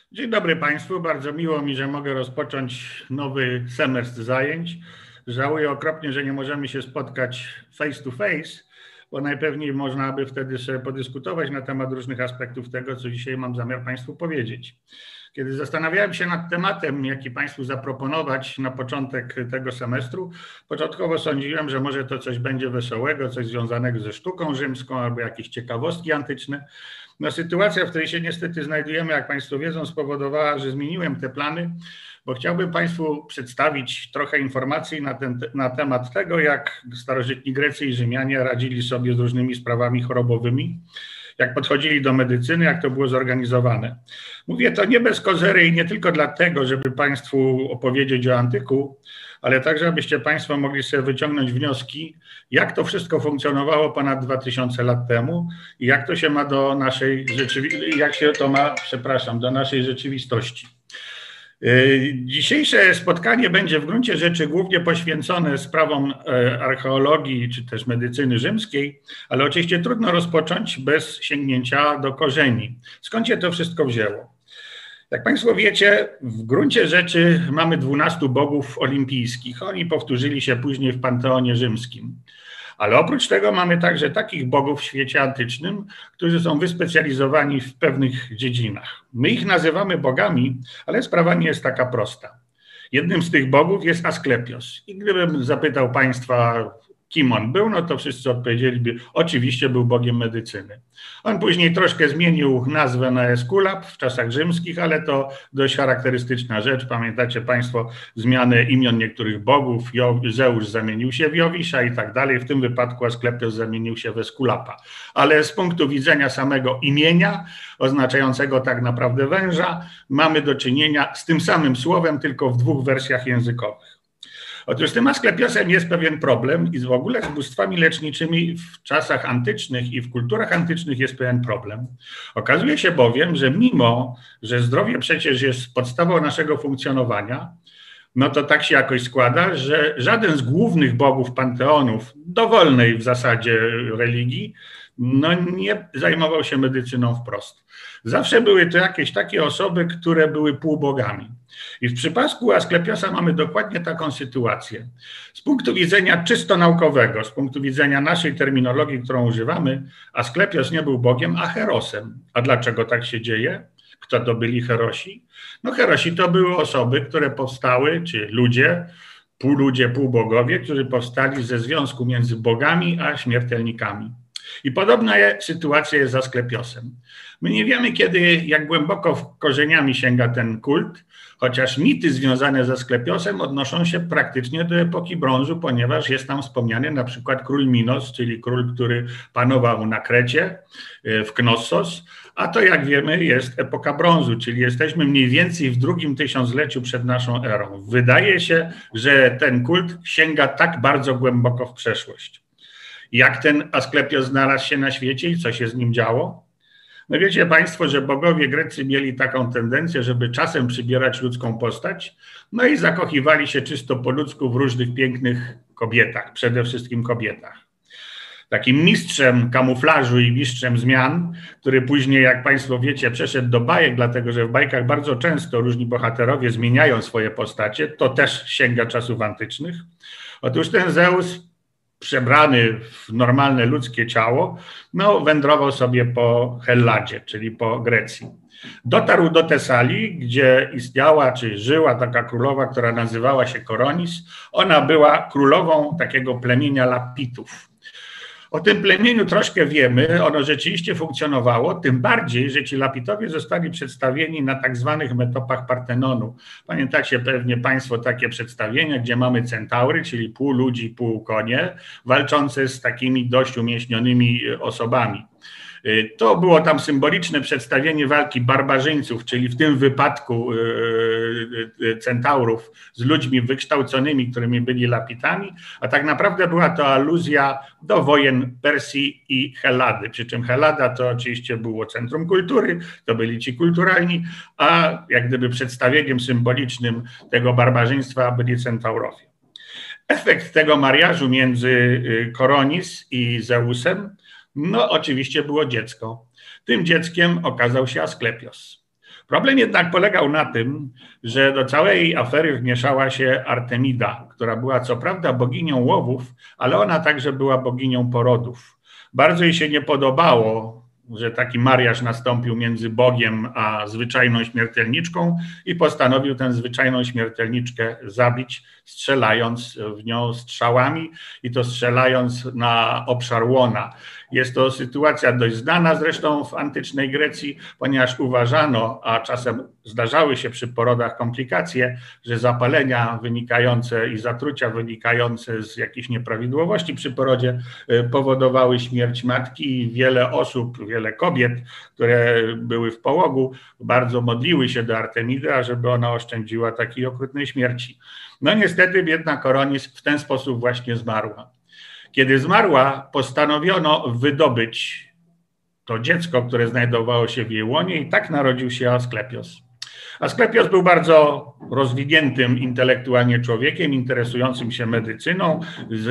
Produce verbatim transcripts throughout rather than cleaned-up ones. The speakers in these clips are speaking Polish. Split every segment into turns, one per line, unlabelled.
Dzień dobry Państwu, bardzo miło mi, że mogę rozpocząć nowy semestr zajęć. Żałuję okropnie, że nie możemy się spotkać face to face, bo najpewniej można by wtedy sobie podyskutować na temat różnych aspektów tego, co dzisiaj mam zamiar Państwu powiedzieć. Kiedy zastanawiałem się nad tematem, jaki Państwu zaproponować na początek tego semestru, początkowo sądziłem, że może to coś będzie wesołego, coś związanego ze sztuką rzymską albo jakieś ciekawostki antyczne. No, sytuacja, w której się niestety znajdujemy, jak Państwo wiedzą, spowodowała, że zmieniłem te plany, bo chciałbym Państwu przedstawić trochę informacji na, ten, na temat tego, jak starożytni Grecy i Rzymianie radzili sobie z różnymi sprawami chorobowymi, jak podchodzili do medycyny, jak to było zorganizowane. Mówię to nie bez kozery i nie tylko dlatego, żeby Państwu opowiedzieć o antyku, ale także, abyście Państwo mogli sobie wyciągnąć wnioski, jak to wszystko funkcjonowało ponad dwa tysiące lat temu i jak to się ma do naszej rzeczywistości, jak się to ma, przepraszam, do naszej rzeczywistości. Dzisiejsze spotkanie będzie w gruncie rzeczy głównie poświęcone sprawom archeologii czy też medycyny rzymskiej, ale oczywiście trudno rozpocząć bez sięgnięcia do korzeni. Skąd się to wszystko wzięło? Jak Państwo wiecie, w gruncie rzeczy mamy dwunastu bogów olimpijskich. Oni powtórzyli się później w Panteonie Rzymskim. Ale oprócz tego mamy także takich bogów w świecie antycznym, którzy są wyspecjalizowani w pewnych dziedzinach. My ich nazywamy bogami, ale sprawa nie jest taka prosta. Jednym z tych bogów jest Asklepios. I gdybym zapytał Państwa, kim on był, no to wszyscy odpowiedzieliby, oczywiście był bogiem medycyny. On później troszkę zmienił nazwę na Eskulap w czasach rzymskich, ale to dość charakterystyczna rzecz. Pamiętacie Państwo zmianę imion niektórych bogów, Zeusz zamienił się w Jowisza i tak dalej. W tym wypadku Asklepios zamienił się w Eskulapa. Ale z punktu widzenia samego imienia, oznaczającego tak naprawdę węża, mamy do czynienia z tym samym słowem, tylko w dwóch wersjach językowych. Otóż z tym Asklepiosem jest pewien problem i w ogóle z bóstwami leczniczymi w czasach antycznych i w kulturach antycznych jest pewien problem. Okazuje się bowiem, że mimo, że zdrowie przecież jest podstawą naszego funkcjonowania, no to tak się jakoś składa, że żaden z głównych bogów panteonów, dowolnej w zasadzie religii, no nie zajmował się medycyną wprost. Zawsze były to jakieś takie osoby, które były półbogami. I w przypadku Asklepiosa mamy dokładnie taką sytuację. Z punktu widzenia czysto naukowego, z punktu widzenia naszej terminologii, którą używamy, Asklepios nie był bogiem, a herosem. A dlaczego tak się dzieje? Kto to byli herosi? No herosi to były osoby, które powstały, czy ludzie, pół ludzie, pół bogowie, którzy powstali ze związku między bogami a śmiertelnikami. I podobna sytuacja jest z Asklepiosem. My nie wiemy, kiedy, jak głęboko korzeniami sięga ten kult, chociaż mity związane z Asklepiosem odnoszą się praktycznie do epoki brązu, ponieważ jest tam wspomniany na przykład król Minos, czyli król, który panował na Krecie, w Knossos, a to jak wiemy jest epoka brązu, czyli jesteśmy mniej więcej w drugim tysiącleciu przed naszą erą. Wydaje się, że ten kult sięga tak bardzo głęboko w przeszłość. Jak ten Asklepios znalazł się na świecie i co się z nim działo? No wiecie Państwo, że bogowie Grecy mieli taką tendencję, żeby czasem przybierać ludzką postać, no i zakochiwali się czysto po ludzku w różnych pięknych kobietach, przede wszystkim kobietach. Takim mistrzem kamuflażu i mistrzem zmian, który później, jak Państwo wiecie, przeszedł do bajek, dlatego że w bajkach bardzo często różni bohaterowie zmieniają swoje postacie, to też sięga czasów antycznych. Otóż ten Zeus, przebrany w normalne ludzkie ciało, no wędrował sobie po Helladzie, czyli po Grecji. Dotarł do Tesalii, gdzie istniała, czy żyła taka królowa, która nazywała się Koronis. Ona była królową takiego plemienia Lapitów. O tym plemieniu troszkę wiemy, ono rzeczywiście funkcjonowało, tym bardziej, że ci Lapitowie zostali przedstawieni na tak zwanych metopach Partenonu. Pamiętacie pewnie Państwo takie przedstawienia, gdzie mamy centaury, czyli pół ludzi, pół konie, walczące z takimi dość umieśnionymi osobami. To było tam symboliczne przedstawienie walki barbarzyńców, czyli w tym wypadku centaurów z ludźmi wykształconymi, którymi byli Lapitami, a tak naprawdę była to aluzja do wojen Persji i Hellady, przy czym Hellada to oczywiście było centrum kultury, to byli ci kulturalni, a jak gdyby przedstawieniem symbolicznym tego barbarzyństwa byli centaurowie. Efekt tego mariażu między Koronis i Zeusem, no oczywiście było dziecko. Tym dzieckiem okazał się Asklepios. Problem jednak polegał na tym, że do całej afery wmieszała się Artemida, która była co prawda boginią łowów, ale ona także była boginią porodów. Bardzo jej się nie podobało, że taki mariaż nastąpił między Bogiem a zwyczajną śmiertelniczką i postanowił tę zwyczajną śmiertelniczkę zabić, strzelając w nią strzałami i to strzelając na obszar łona. Jest to sytuacja dość znana zresztą w antycznej Grecji, ponieważ uważano, a czasem zdarzały się przy porodach komplikacje, że zapalenia wynikające i zatrucia wynikające z jakichś nieprawidłowości przy porodzie powodowały śmierć matki i wiele osób, wiele kobiet, które były w połogu, bardzo modliły się do Artemidy, ażeby ona oszczędziła takiej okrutnej śmierci. No niestety biedna Koronis w ten sposób właśnie zmarła. Kiedy zmarła, postanowiono wydobyć to dziecko, które znajdowało się w jej łonie i tak narodził się Asklepios. Asklepios był bardzo rozwiniętym intelektualnie człowiekiem, interesującym się medycyną,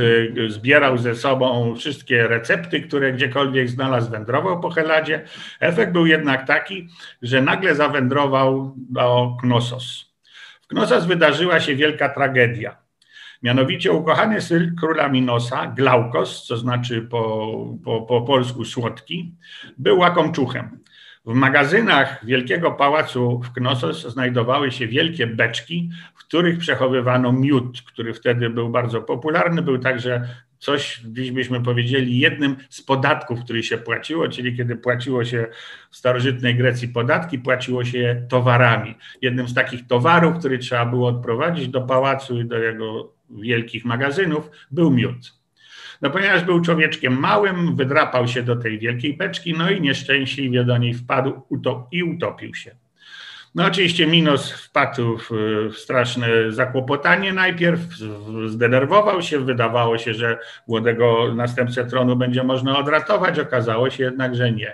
z, zbierał ze sobą wszystkie recepty, które gdziekolwiek znalazł, wędrował po Heladzie. Efekt był jednak taki, że nagle zawędrował do Knossos. W Knossos wydarzyła się wielka tragedia. Mianowicie ukochany syn króla Minosa, Glaukos, co znaczy po, po, po polsku słodki, był łakomczuchem. W magazynach Wielkiego Pałacu w Knossos znajdowały się wielkie beczki, w których przechowywano miód, który wtedy był bardzo popularny. Był także coś, dziś byśmy powiedzieli, jednym z podatków, który się płaciło, czyli kiedy płaciło się w starożytnej Grecji podatki, płaciło się je towarami. Jednym z takich towarów, który trzeba było odprowadzić do pałacu i do jego wielkich magazynów, był miód. No ponieważ był człowieczkiem małym, wydrapał się do tej wielkiej beczki, no i nieszczęśliwie do niej wpadł i utopił się. No oczywiście Minos wpadł w, w straszne zakłopotanie najpierw, zdenerwował się, wydawało się, że młodego następcę tronu będzie można odratować, okazało się jednak, że nie.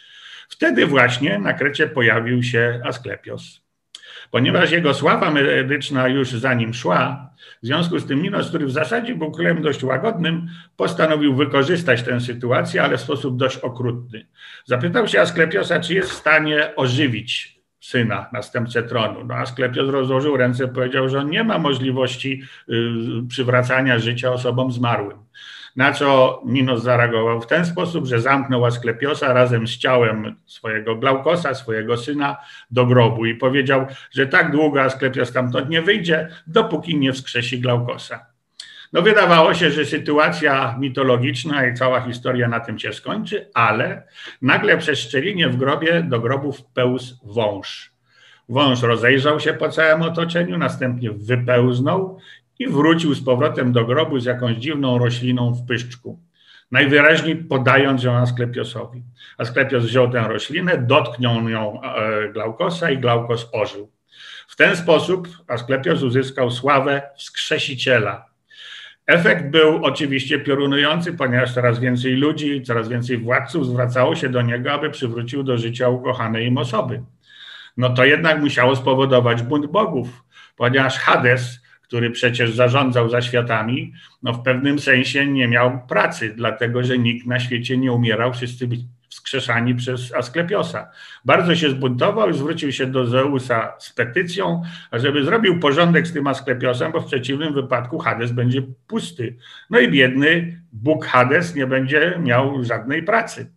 Wtedy właśnie na Krecie pojawił się Asklepios. Ponieważ jego sława medyczna już za nim szła, w związku z tym Minos, który w zasadzie był królem dość łagodnym, postanowił wykorzystać tę sytuację, ale w sposób dość okrutny. Zapytał się Asklepiosa, czy jest w stanie ożywić syna, następcę tronu. No Asklepios rozłożył ręce i powiedział, że on nie ma możliwości y, przywracania życia osobom zmarłym. Na co Minos zareagował w ten sposób, że zamknął Asklepiosa razem z ciałem swojego Glaukosa, swojego syna, do grobu i powiedział, że tak długo Asklepios stamtąd nie wyjdzie, dopóki nie wskrzesi Glaukosa. No wydawało się, że sytuacja mitologiczna i cała historia na tym się skończy, ale nagle przez szczelinie w grobie do grobu wpełzł wąż. Wąż rozejrzał się po całym otoczeniu, następnie wypełznął i wrócił z powrotem do grobu z jakąś dziwną rośliną w pyszczku. Najwyraźniej podając ją Asklepiosowi. Asklepios wziął tę roślinę, dotknął ją Glaukosa i Glaukos ożył. W ten sposób Asklepios uzyskał sławę wskrzesiciela. Efekt był oczywiście piorunujący, ponieważ coraz więcej ludzi, coraz więcej władców zwracało się do niego, aby przywrócił do życia ukochanej im osoby. No to jednak musiało spowodować bunt bogów, ponieważ Hades, który przecież zarządzał zaświatami, no w pewnym sensie nie miał pracy, dlatego że nikt na świecie nie umierał, wszyscy byli wskrzeszani przez Asklepiosa. Bardzo się zbuntował i zwrócił się do Zeusa z petycją, żeby zrobił porządek z tym Asklepiosem, bo w przeciwnym wypadku Hades będzie pusty. No i biedny Bóg Hades nie będzie miał żadnej pracy.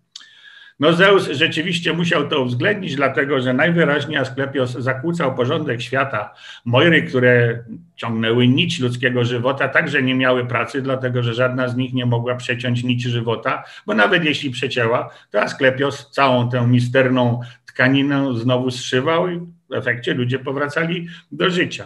No Zeus rzeczywiście musiał to uwzględnić, dlatego że najwyraźniej Asklepios zakłócał porządek świata. Mojry, które ciągnęły nić ludzkiego żywota, także nie miały pracy, dlatego że żadna z nich nie mogła przeciąć nici żywota, bo nawet jeśli przecięła, to Asklepios całą tę misterną tkaninę znowu zszywał i w efekcie ludzie powracali do życia.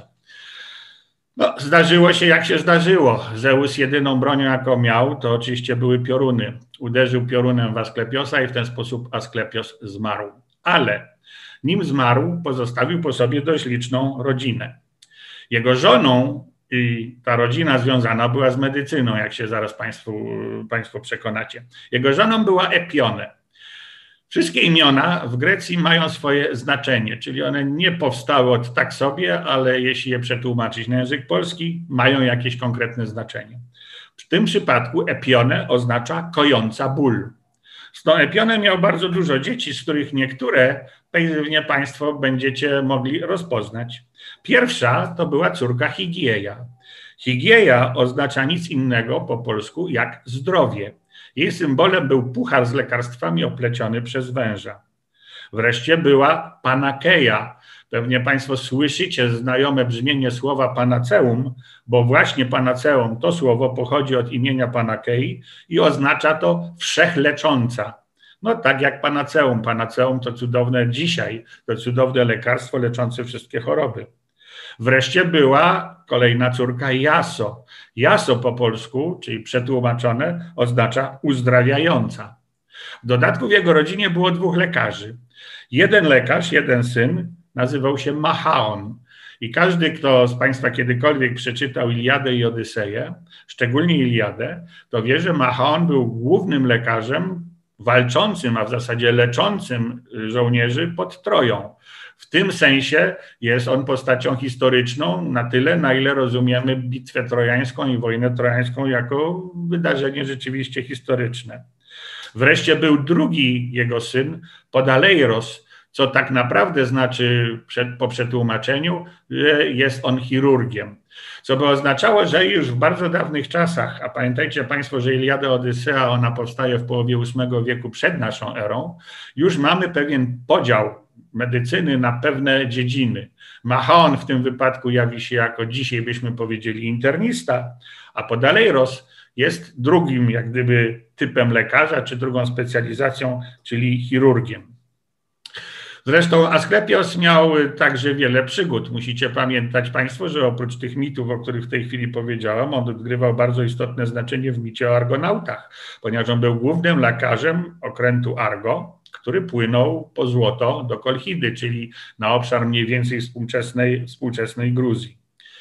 No, zdarzyło się jak się zdarzyło. Zeus jedyną bronią, jaką miał, to oczywiście były pioruny. Uderzył piorunem w Asklepiosa i w ten sposób Asklepios zmarł. Ale nim zmarł, pozostawił po sobie dość liczną rodzinę. Jego żoną i ta rodzina związana była z medycyną, jak się zaraz Państwu, Państwo przekonacie. Jego żoną była Epione. Wszystkie imiona w Grecji mają swoje znaczenie, czyli one nie powstały od tak sobie, ale jeśli je przetłumaczyć na język polski, mają jakieś konkretne znaczenie. W tym przypadku Epione oznacza kojąca ból. Z tą Epionem miał bardzo dużo dzieci, z których niektóre pewnie Państwo będziecie mogli rozpoznać. Pierwsza to była córka Hygieja. Hygieja oznacza nic innego po polsku jak zdrowie. Jej symbolem był puchar z lekarstwami opleciony przez węża. Wreszcie była Panakeja. Pewnie Państwo słyszycie znajome brzmienie słowa panaceum, bo właśnie panaceum to słowo pochodzi od imienia Panakei i oznacza to wszechlecząca. No tak jak panaceum. Panaceum to cudowne dzisiaj, to cudowne lekarstwo leczące wszystkie choroby. Wreszcie była kolejna córka Jaso. Jaso po polsku, czyli przetłumaczone, oznacza uzdrawiająca. W dodatku w jego rodzinie było dwóch lekarzy. Jeden lekarz, jeden syn nazywał się Machaon. I każdy, kto z Państwa kiedykolwiek przeczytał Iliadę i Odyseję, szczególnie Iliadę, to wie, że Machaon był głównym lekarzem walczącym, a w zasadzie leczącym żołnierzy pod Troją. W tym sensie jest on postacią historyczną na tyle, na ile rozumiemy bitwę trojańską i wojnę trojańską jako wydarzenie rzeczywiście historyczne. Wreszcie był drugi jego syn, Podaleiros, co tak naprawdę znaczy przed, po przetłumaczeniu, że jest on chirurgiem. Co by oznaczało, że już w bardzo dawnych czasach, a pamiętajcie Państwo, że Iliada Odysea, ona powstaje w połowie ósmego wieku przed naszą erą, już mamy pewien podział medycyny na pewne dziedziny. Machaon w tym wypadku jawi się jako, dzisiaj byśmy powiedzieli, internista, a Podaleiros jest drugim jak gdyby typem lekarza, czy drugą specjalizacją, czyli chirurgiem. Zresztą Asklepios miał także wiele przygód. Musicie pamiętać Państwo, że oprócz tych mitów, o których w tej chwili powiedziałem, on odgrywał bardzo istotne znaczenie w micie o argonautach, ponieważ on był głównym lekarzem okrętu Argo, który płynął po złoto do Kolchidy, czyli na obszar mniej więcej współczesnej, współczesnej Gruzji.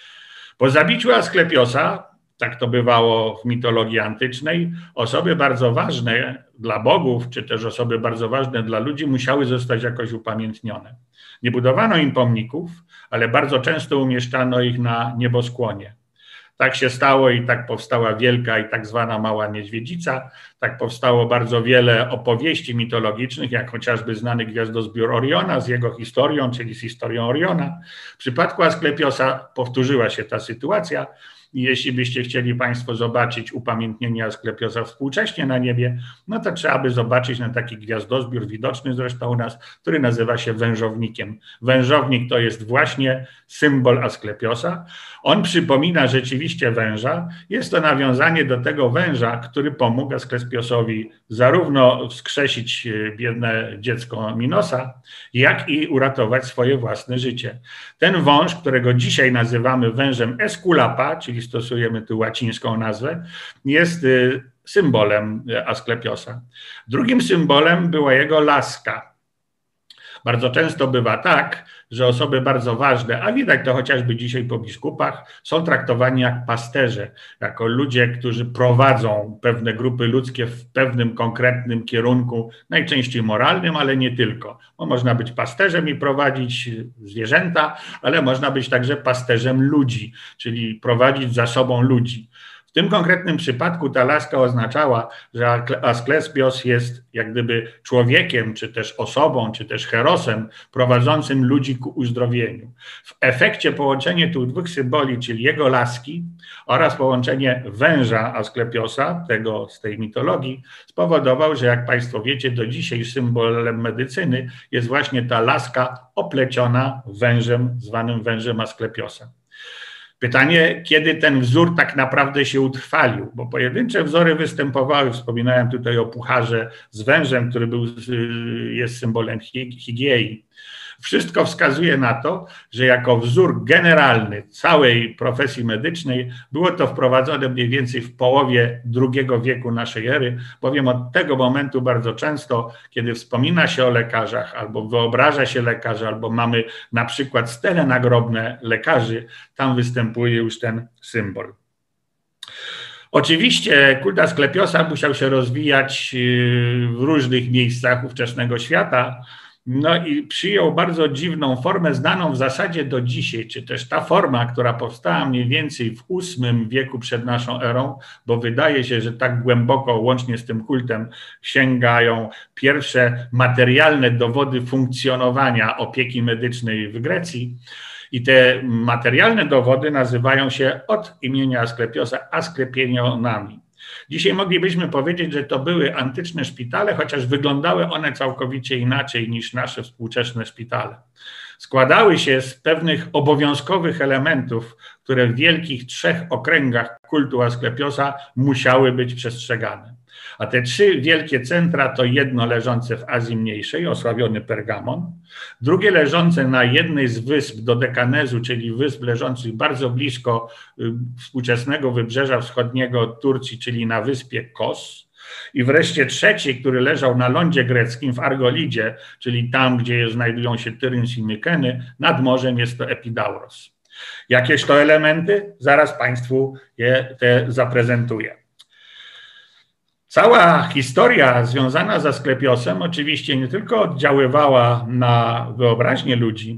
Po zabiciu Asklepiosa, tak to bywało w mitologii antycznej, osoby bardzo ważne dla bogów, czy też osoby bardzo ważne dla ludzi musiały zostać jakoś upamiętnione. Nie budowano im pomników, ale bardzo często umieszczano ich na nieboskłonie. Tak się stało i tak powstała wielka i tak zwana Mała Niedźwiedzica. Tak powstało bardzo wiele opowieści mitologicznych, jak chociażby znany gwiazdozbiór Oriona z jego historią, czyli z historią Oriona. W przypadku Asklepiosa powtórzyła się ta sytuacja. I jeśli byście chcieli Państwo zobaczyć upamiętnienie Asklepiosa współcześnie na niebie, no to trzeba by zobaczyć na taki gwiazdozbiór, widoczny zresztą u nas, który nazywa się wężownikiem. Wężownik to jest właśnie symbol Asklepiosa. On przypomina rzeczywiście węża. Jest to nawiązanie do tego węża, który pomógł Asklepiosowi zarówno wskrzesić biedne dziecko Minosa, jak i uratować swoje własne życie. Ten wąż, którego dzisiaj nazywamy wężem Esculapa, czyli stosujemy tu łacińską nazwę, jest symbolem Asklepiosa. Drugim symbolem była jego laska. Bardzo często bywa tak, że osoby bardzo ważne, a widać to chociażby dzisiaj po biskupach, są traktowani jak pasterze, jako ludzie, którzy prowadzą pewne grupy ludzkie w pewnym konkretnym kierunku, najczęściej moralnym, ale nie tylko. Bo można być pasterzem i prowadzić zwierzęta, ale można być także pasterzem ludzi, czyli prowadzić za sobą ludzi. W tym konkretnym przypadku ta laska oznaczała, że Asklepios jest jak gdyby człowiekiem, czy też osobą, czy też herosem prowadzącym ludzi ku uzdrowieniu. W efekcie połączenie tych dwóch symboli, czyli jego laski oraz połączenie węża Asklepiosa, tego z tej mitologii, spowodował, że jak Państwo wiecie, do dzisiaj symbolem medycyny jest właśnie ta laska opleciona wężem, zwanym wężem Asklepiosa. Pytanie, kiedy ten wzór tak naprawdę się utrwalił, bo pojedyncze wzory występowały, wspominałem tutaj o pucharze z wężem, który był, jest symbolem Higiei. Wszystko wskazuje na to, że jako wzór generalny całej profesji medycznej było to wprowadzone mniej więcej w połowie drugiego wieku naszej ery, bowiem od tego momentu bardzo często, kiedy wspomina się o lekarzach, albo wyobraża się lekarza, albo mamy na przykład stele nagrobne lekarzy, tam występuje już ten symbol. Oczywiście kult Asklepiosa musiał się rozwijać w różnych miejscach ówczesnego świata. No i przyjął bardzo dziwną formę, znaną w zasadzie do dzisiaj, czy też ta forma, która powstała mniej więcej w ósmym wieku przed naszą erą, bo wydaje się, że tak głęboko, łącznie z tym kultem, sięgają pierwsze materialne dowody funkcjonowania opieki medycznej w Grecji. I te materialne dowody nazywają się od imienia Asklepiosa Asklepionami. Dzisiaj moglibyśmy powiedzieć, że to były antyczne szpitale, chociaż wyglądały one całkowicie inaczej niż nasze współczesne szpitale. Składały się z pewnych obowiązkowych elementów, które w wielkich trzech okręgach kultu Asklepiosa musiały być przestrzegane. A te trzy wielkie centra to jedno leżące w Azji Mniejszej, osławiony Pergamon, drugie leżące na jednej z wysp Dodekanezu, czyli wysp leżących bardzo blisko współczesnego wybrzeża wschodniego Turcji, czyli na wyspie Kos, i wreszcie trzeci, który leżał na lądzie greckim w Argolidzie, czyli tam, gdzie znajdują się Tyryns i Mykeny, nad morzem jest to Epidauros. Jakież to elementy? Zaraz Państwu je te zaprezentuję. Cała historia związana z Asklepiosem oczywiście nie tylko oddziaływała na wyobraźnię ludzi,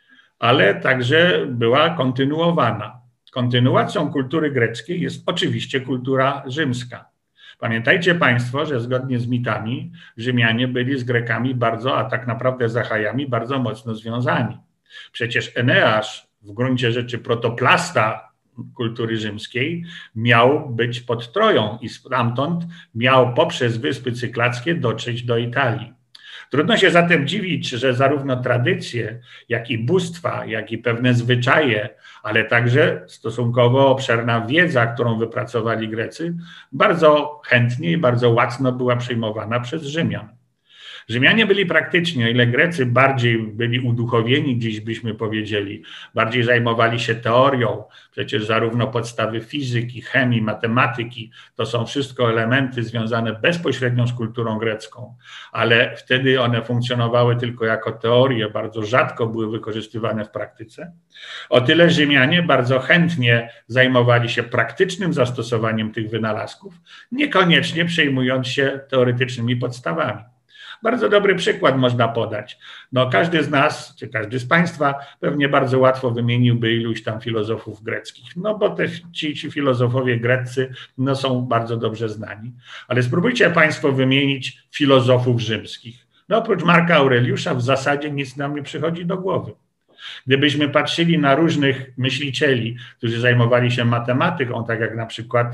ale także była kontynuowana. Kontynuacją kultury greckiej jest oczywiście kultura rzymska. Pamiętajcie Państwo, że zgodnie z mitami Rzymianie byli z Grekami bardzo, a tak naprawdę z Achajami bardzo mocno związani. Przecież Eneasz, w gruncie rzeczy protoplasta kultury rzymskiej, miał być pod Troją i stamtąd miał poprzez Wyspy Cyklackie dotrzeć do Italii. Trudno się zatem dziwić, że zarówno tradycje, jak i bóstwa, jak i pewne zwyczaje, ale także stosunkowo obszerna wiedza, którą wypracowali Grecy, bardzo chętnie i bardzo łacno była przyjmowana przez Rzymian. Rzymianie byli praktycznie, o ile Grecy bardziej byli uduchowieni, dziś byśmy powiedzieli, bardziej zajmowali się teorią, przecież zarówno podstawy fizyki, chemii, matematyki, to są wszystko elementy związane bezpośrednio z kulturą grecką, ale wtedy one funkcjonowały tylko jako teorie, bardzo rzadko były wykorzystywane w praktyce. O tyle Rzymianie bardzo chętnie zajmowali się praktycznym zastosowaniem tych wynalazków, niekoniecznie przejmując się teoretycznymi podstawami. Bardzo dobry przykład można podać. No, każdy z nas, czy każdy z Państwa pewnie bardzo łatwo wymieniłby iluś tam filozofów greckich, no bo też ci, ci filozofowie greccy no, są bardzo dobrze znani. Ale spróbujcie Państwo wymienić filozofów rzymskich. No, oprócz Marka Aureliusza w zasadzie nic nam nie przychodzi do głowy. Gdybyśmy patrzyli na różnych myślicieli, którzy zajmowali się matematyką, tak jak na przykład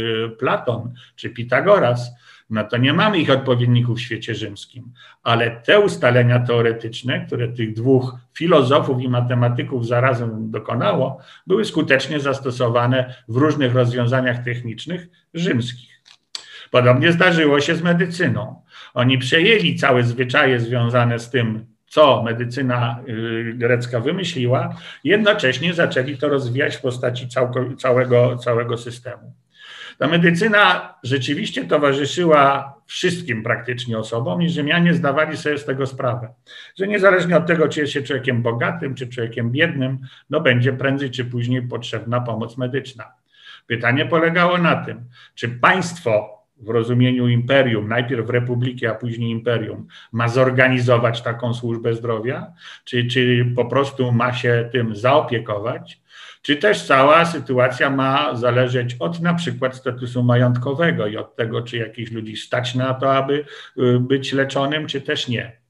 Platon czy Pitagoras, no to nie mamy ich odpowiedników w świecie rzymskim, ale te ustalenia teoretyczne, które tych dwóch filozofów i matematyków zarazem dokonało, były skutecznie zastosowane w różnych rozwiązaniach technicznych rzymskich. Podobnie zdarzyło się z medycyną. Oni przejęli całe zwyczaje związane z tym, co medycyna grecka wymyśliła, jednocześnie zaczęli to rozwijać w postaci całego, całego systemu. Ta medycyna rzeczywiście towarzyszyła wszystkim praktycznie osobom i Rzymianie zdawali sobie z tego sprawę, że niezależnie od tego, czy jest się człowiekiem bogatym, czy człowiekiem biednym, no będzie prędzej czy później potrzebna pomoc medyczna. Pytanie polegało na tym, czy państwo w rozumieniu imperium, najpierw republiki, a później imperium, ma zorganizować taką służbę zdrowia, czy, czy po prostu ma się tym zaopiekować, czy też cała sytuacja ma zależeć od na przykład statusu majątkowego i od tego, czy jakichś ludzi stać na to, aby być leczonym, czy też nie.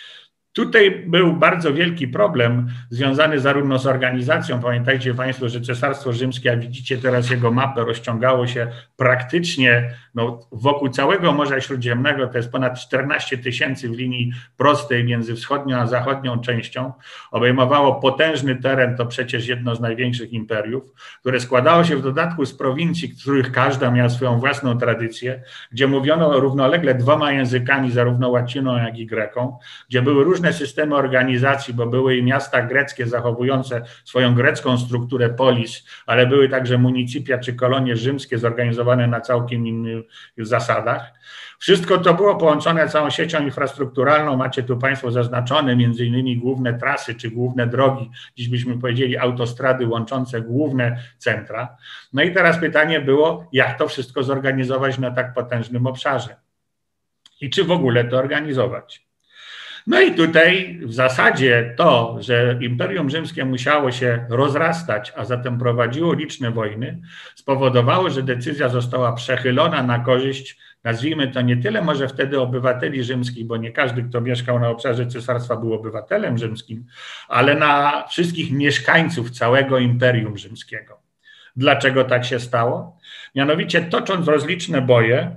Tutaj był bardzo wielki problem związany zarówno z organizacją. Pamiętajcie Państwo, że Cesarstwo Rzymskie, jak widzicie teraz jego mapę, rozciągało się praktycznie no, wokół całego Morza Śródziemnego. To jest ponad czternaście tysięcy w linii prostej między wschodnią a zachodnią częścią. Obejmowało potężny teren, to przecież jedno z największych imperiów, które składało się w dodatku z prowincji, których każda miała swoją własną tradycję, gdzie mówiono równolegle dwoma językami, zarówno łaciną, jak i greką, gdzie były różne systemy organizacji, bo były i miasta greckie zachowujące swoją grecką strukturę polis, ale były także municipia czy kolonie rzymskie zorganizowane na całkiem innych zasadach. Wszystko to było połączone całą siecią infrastrukturalną. Macie tu Państwo zaznaczone między innymi główne trasy czy główne drogi, dziś byśmy powiedzieli autostrady łączące główne centra. No i teraz pytanie było, jak to wszystko zorganizować na tak potężnym obszarze i czy w ogóle to organizować. No i tutaj w zasadzie to, że Imperium Rzymskie musiało się rozrastać, a zatem prowadziło liczne wojny, spowodowało, że decyzja została przechylona na korzyść, nazwijmy to nie tyle może wtedy obywateli rzymskich, bo nie każdy, kto mieszkał na obszarze cesarstwa, był obywatelem rzymskim, ale na wszystkich mieszkańców całego Imperium Rzymskiego. Dlaczego tak się stało? Mianowicie tocząc rozliczne boje,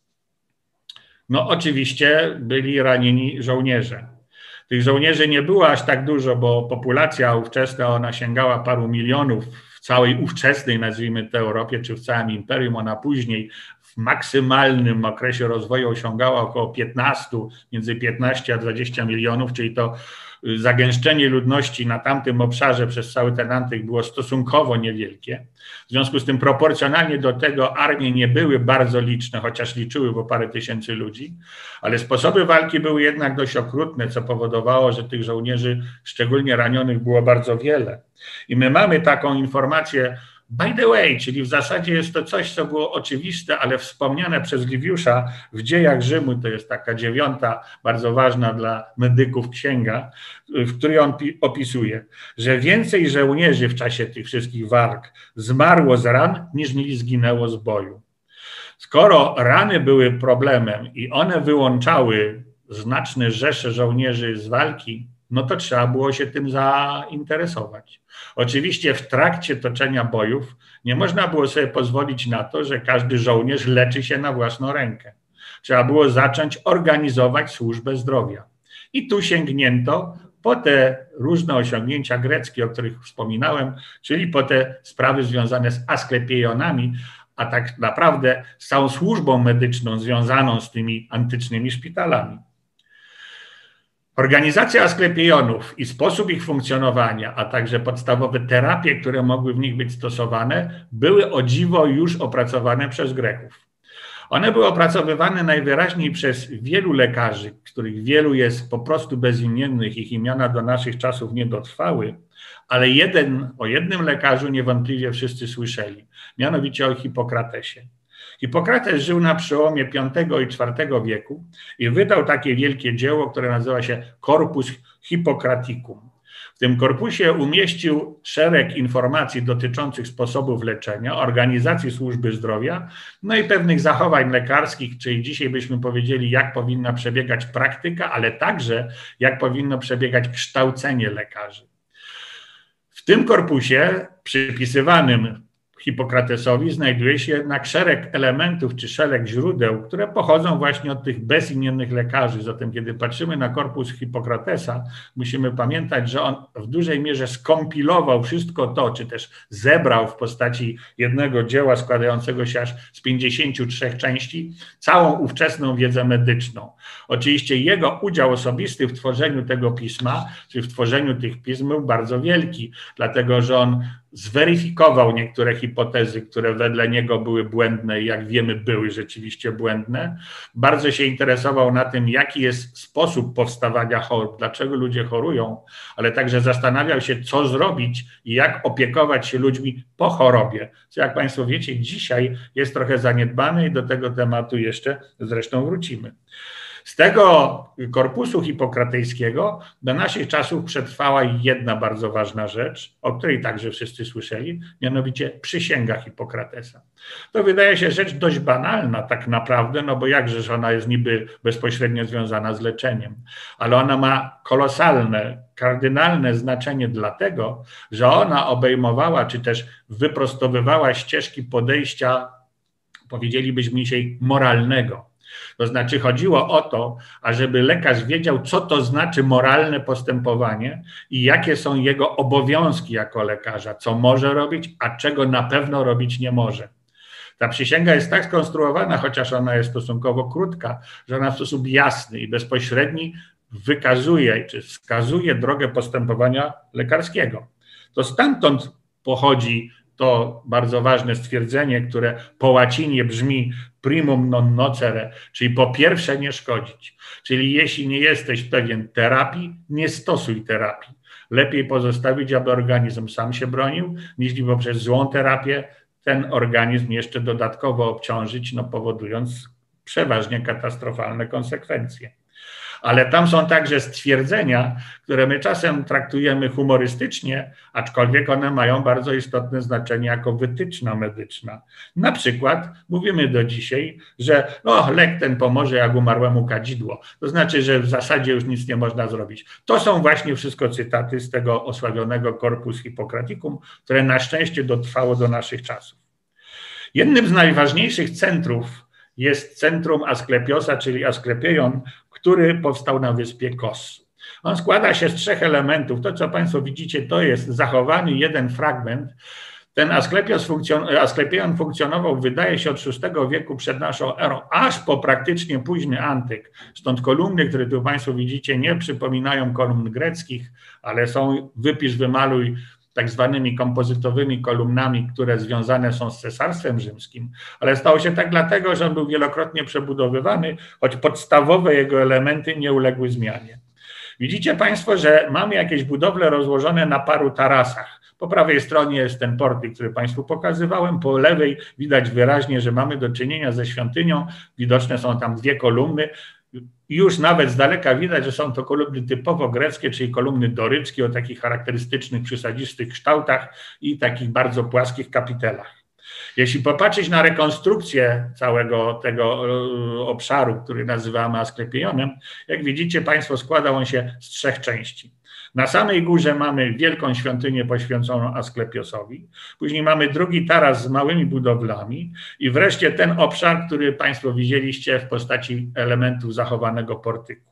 no oczywiście byli ranieni żołnierze. Tych żołnierzy nie było aż tak dużo, bo populacja ówczesna, ona sięgała paru milionów w całej ówczesnej, nazwijmy to, Europie, czy w całym imperium. Ona później w maksymalnym okresie rozwoju osiągała około piętnaście, między piętnaście a dwadzieścia milionów, czyli to zagęszczenie ludności na tamtym obszarze przez cały ten antyk było stosunkowo niewielkie. W związku z tym proporcjonalnie do tego armie nie były bardzo liczne, chociaż liczyły po parę tysięcy ludzi, ale sposoby walki były jednak dość okrutne, co powodowało, że tych żołnierzy, szczególnie ranionych, było bardzo wiele. I my mamy taką informację, by the way, czyli w zasadzie jest to coś, co było oczywiste, ale wspomniane przez Liwiusza w Dziejach Rzymu, to jest taka dziewiąta, bardzo ważna dla medyków księga, w której on opisuje, że więcej żołnierzy w czasie tych wszystkich walk zmarło z ran, niż mieli zginęło z boju. Skoro rany były problemem i one wyłączały znaczne rzesze żołnierzy z walki, no to trzeba było się tym zainteresować. Oczywiście w trakcie toczenia bojów nie można było sobie pozwolić na to, że każdy żołnierz leczy się na własną rękę. Trzeba było zacząć organizować służbę zdrowia. I tu sięgnięto po te różne osiągnięcia greckie, o których wspominałem, czyli po te sprawy związane z asklepionami, a tak naprawdę z całą służbą medyczną związaną z tymi antycznymi szpitalami. Organizacja asklepionów i sposób ich funkcjonowania, a także podstawowe terapie, które mogły w nich być stosowane, były o dziwo już opracowane przez Greków. One były opracowywane najwyraźniej przez wielu lekarzy, których wielu jest po prostu bezimiennych, ich imiona do naszych czasów nie dotrwały, ale jeden, o jednym lekarzu niewątpliwie wszyscy słyszeli, mianowicie o Hipokratesie. Hipokrates żył na przełomie piątego i czwartego wieku i wydał takie wielkie dzieło, które nazywa się Corpus Hippocraticum. W tym korpusie umieścił szereg informacji dotyczących sposobów leczenia, organizacji służby zdrowia, no i pewnych zachowań lekarskich, czyli dzisiaj byśmy powiedzieli, jak powinna przebiegać praktyka, ale także jak powinno przebiegać kształcenie lekarzy. W tym korpusie przypisywanym Hipokratesowi znajduje się jednak szereg elementów czy szereg źródeł, które pochodzą właśnie od tych bezimiennych lekarzy. Zatem kiedy patrzymy na korpus Hipokratesa, musimy pamiętać, że on w dużej mierze skompilował wszystko to, czy też zebrał w postaci jednego dzieła składającego się aż z pięćdziesięciu trzech części całą ówczesną wiedzę medyczną. Oczywiście jego udział osobisty w tworzeniu tego pisma, czy w tworzeniu tych pism był bardzo wielki, dlatego że on zweryfikował niektóre hipotezy, które wedle niego były błędne i jak wiemy były rzeczywiście błędne. Bardzo się interesował na tym, jaki jest sposób powstawania chorób, dlaczego ludzie chorują, ale także zastanawiał się, co zrobić i jak opiekować się ludźmi po chorobie. Co jak Państwo wiecie, dzisiaj jest trochę zaniedbane i do tego tematu jeszcze zresztą wrócimy. Z tego korpusu hipokratejskiego do naszych czasów przetrwała jedna bardzo ważna rzecz, o której także wszyscy słyszeli, mianowicie przysięga Hipokratesa. To wydaje się rzecz dość banalna tak naprawdę, no bo jakżeż ona jest niby bezpośrednio związana z leczeniem, ale ona ma kolosalne, kardynalne znaczenie dlatego, że ona obejmowała czy też wyprostowywała ścieżki podejścia, powiedzielibyśmy dzisiaj, moralnego. To znaczy chodziło o to, ażeby lekarz wiedział, co to znaczy moralne postępowanie i jakie są jego obowiązki jako lekarza, co może robić, a czego na pewno robić nie może. Ta przysięga jest tak skonstruowana, chociaż ona jest stosunkowo krótka, że ona w sposób jasny i bezpośredni wykazuje czy wskazuje drogę postępowania lekarskiego. To stamtąd pochodzi to bardzo ważne stwierdzenie, które po łacinie brzmi primum non nocere, czyli po pierwsze nie szkodzić. Czyli jeśli nie jesteś pewien terapii, nie stosuj terapii. Lepiej pozostawić, aby organizm sam się bronił, niż poprzez złą terapię ten organizm jeszcze dodatkowo obciążyć, no powodując przeważnie katastrofalne konsekwencje. Ale tam są także stwierdzenia, które my czasem traktujemy humorystycznie, aczkolwiek one mają bardzo istotne znaczenie jako wytyczna medyczna. Na przykład mówimy do dzisiaj, że no, lek ten pomoże jak umarłemu kadzidło. To znaczy, że w zasadzie już nic nie można zrobić. To są właśnie wszystko cytaty z tego osławionego Corpus Hippocraticum, które na szczęście dotrwało do naszych czasów. Jednym z najważniejszych centrów jest centrum Asklepiosa, czyli Asklepieion, który powstał na wyspie Kos. On składa się z trzech elementów. To, co Państwo widzicie, to jest zachowany jeden fragment. Ten Asklepios funkcjon- Asklepieion funkcjonował, wydaje się, od szóstego wieku przed naszą erą, aż po praktycznie późny antyk. Stąd kolumny, które tu Państwo widzicie, nie przypominają kolumn greckich, ale są wypisz, wymaluj tak zwanymi kompozytowymi kolumnami, które związane są z Cesarstwem Rzymskim, ale stało się tak dlatego, że on był wielokrotnie przebudowywany, choć podstawowe jego elementy nie uległy zmianie. Widzicie Państwo, że mamy jakieś budowle rozłożone na paru tarasach. Po prawej stronie jest ten portyk, który Państwu pokazywałem, po lewej widać wyraźnie, że mamy do czynienia ze świątynią, widoczne są tam dwie kolumny. Już nawet z daleka widać, że są to kolumny typowo greckie, czyli kolumny doryczkie o takich charakterystycznych, przysadzistych kształtach i takich bardzo płaskich kapitelach. Jeśli popatrzeć na rekonstrukcję całego tego obszaru, który nazywamy Asklepieionem, jak widzicie Państwo, składał on się z trzech części. Na samej górze mamy wielką świątynię poświęconą Asklepiosowi, później mamy drugi taras z małymi budowlami i wreszcie ten obszar, który Państwo widzieliście w postaci elementów zachowanego portyku.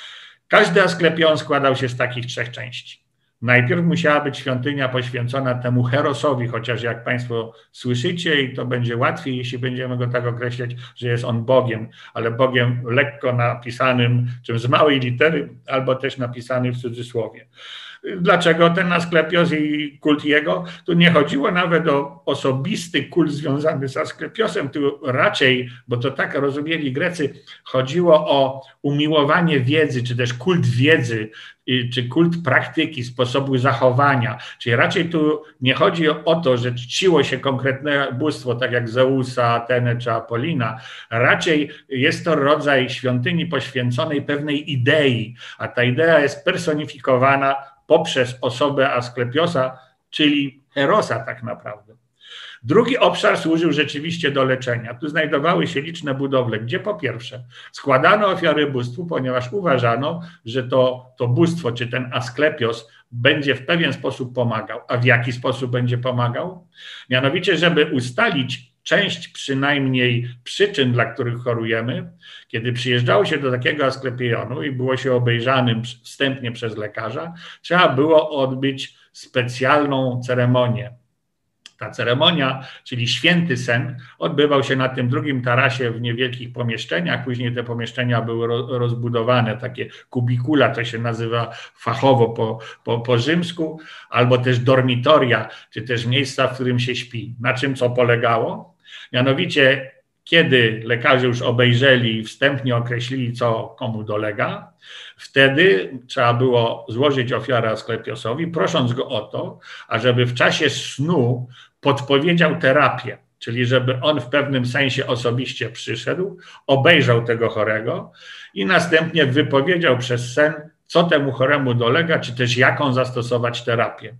Każdy Asklepion składał się z takich trzech części. Najpierw musiała być świątynia poświęcona temu Herosowi, chociaż jak Państwo słyszycie, i to będzie łatwiej, jeśli będziemy go tak określać, że jest on Bogiem, ale Bogiem lekko napisanym, czym z małej litery, albo też napisany w cudzysłowie. Dlaczego ten Asklepios i kult jego? Tu nie chodziło nawet o osobisty kult związany z Asklepiosem, tu raczej, bo to tak rozumieli Grecy, chodziło o umiłowanie wiedzy, czy też kult wiedzy, czy kult praktyki, sposobu zachowania. Czyli raczej tu nie chodzi o to, że czciło się konkretne bóstwo, tak jak Zeusa, Atenę czy Apolina. Raczej jest to rodzaj świątyni poświęconej pewnej idei, a ta idea jest personifikowana poprzez osobę Asklepiosa, czyli Erosa tak naprawdę. Drugi obszar służył rzeczywiście do leczenia. Tu znajdowały się liczne budowle, gdzie po pierwsze składano ofiary bóstwu, ponieważ uważano, że to, to bóstwo, czy ten Asklepios będzie w pewien sposób pomagał. A w jaki sposób będzie pomagał? Mianowicie, żeby ustalić część przynajmniej przyczyn, dla których chorujemy, kiedy przyjeżdżało się do takiego Asklepieionu i było się obejrzanym wstępnie przez lekarza, trzeba było odbyć specjalną ceremonię. Ta ceremonia, czyli święty sen, odbywał się na tym drugim tarasie w niewielkich pomieszczeniach. Później te pomieszczenia były rozbudowane, takie kubikula, to się nazywa fachowo po, po, po rzymsku, albo też dormitoria, czy też miejsca, w którym się śpi. Na czym co polegało? Mianowicie, kiedy lekarze już obejrzeli i wstępnie określili, co komu dolega, wtedy trzeba było złożyć ofiarę Asklepiosowi, prosząc go o to, ażeby w czasie snu podpowiedział terapię, czyli żeby on w pewnym sensie osobiście przyszedł, obejrzał tego chorego i następnie wypowiedział przez sen, co temu choremu dolega, czy też jaką zastosować terapię.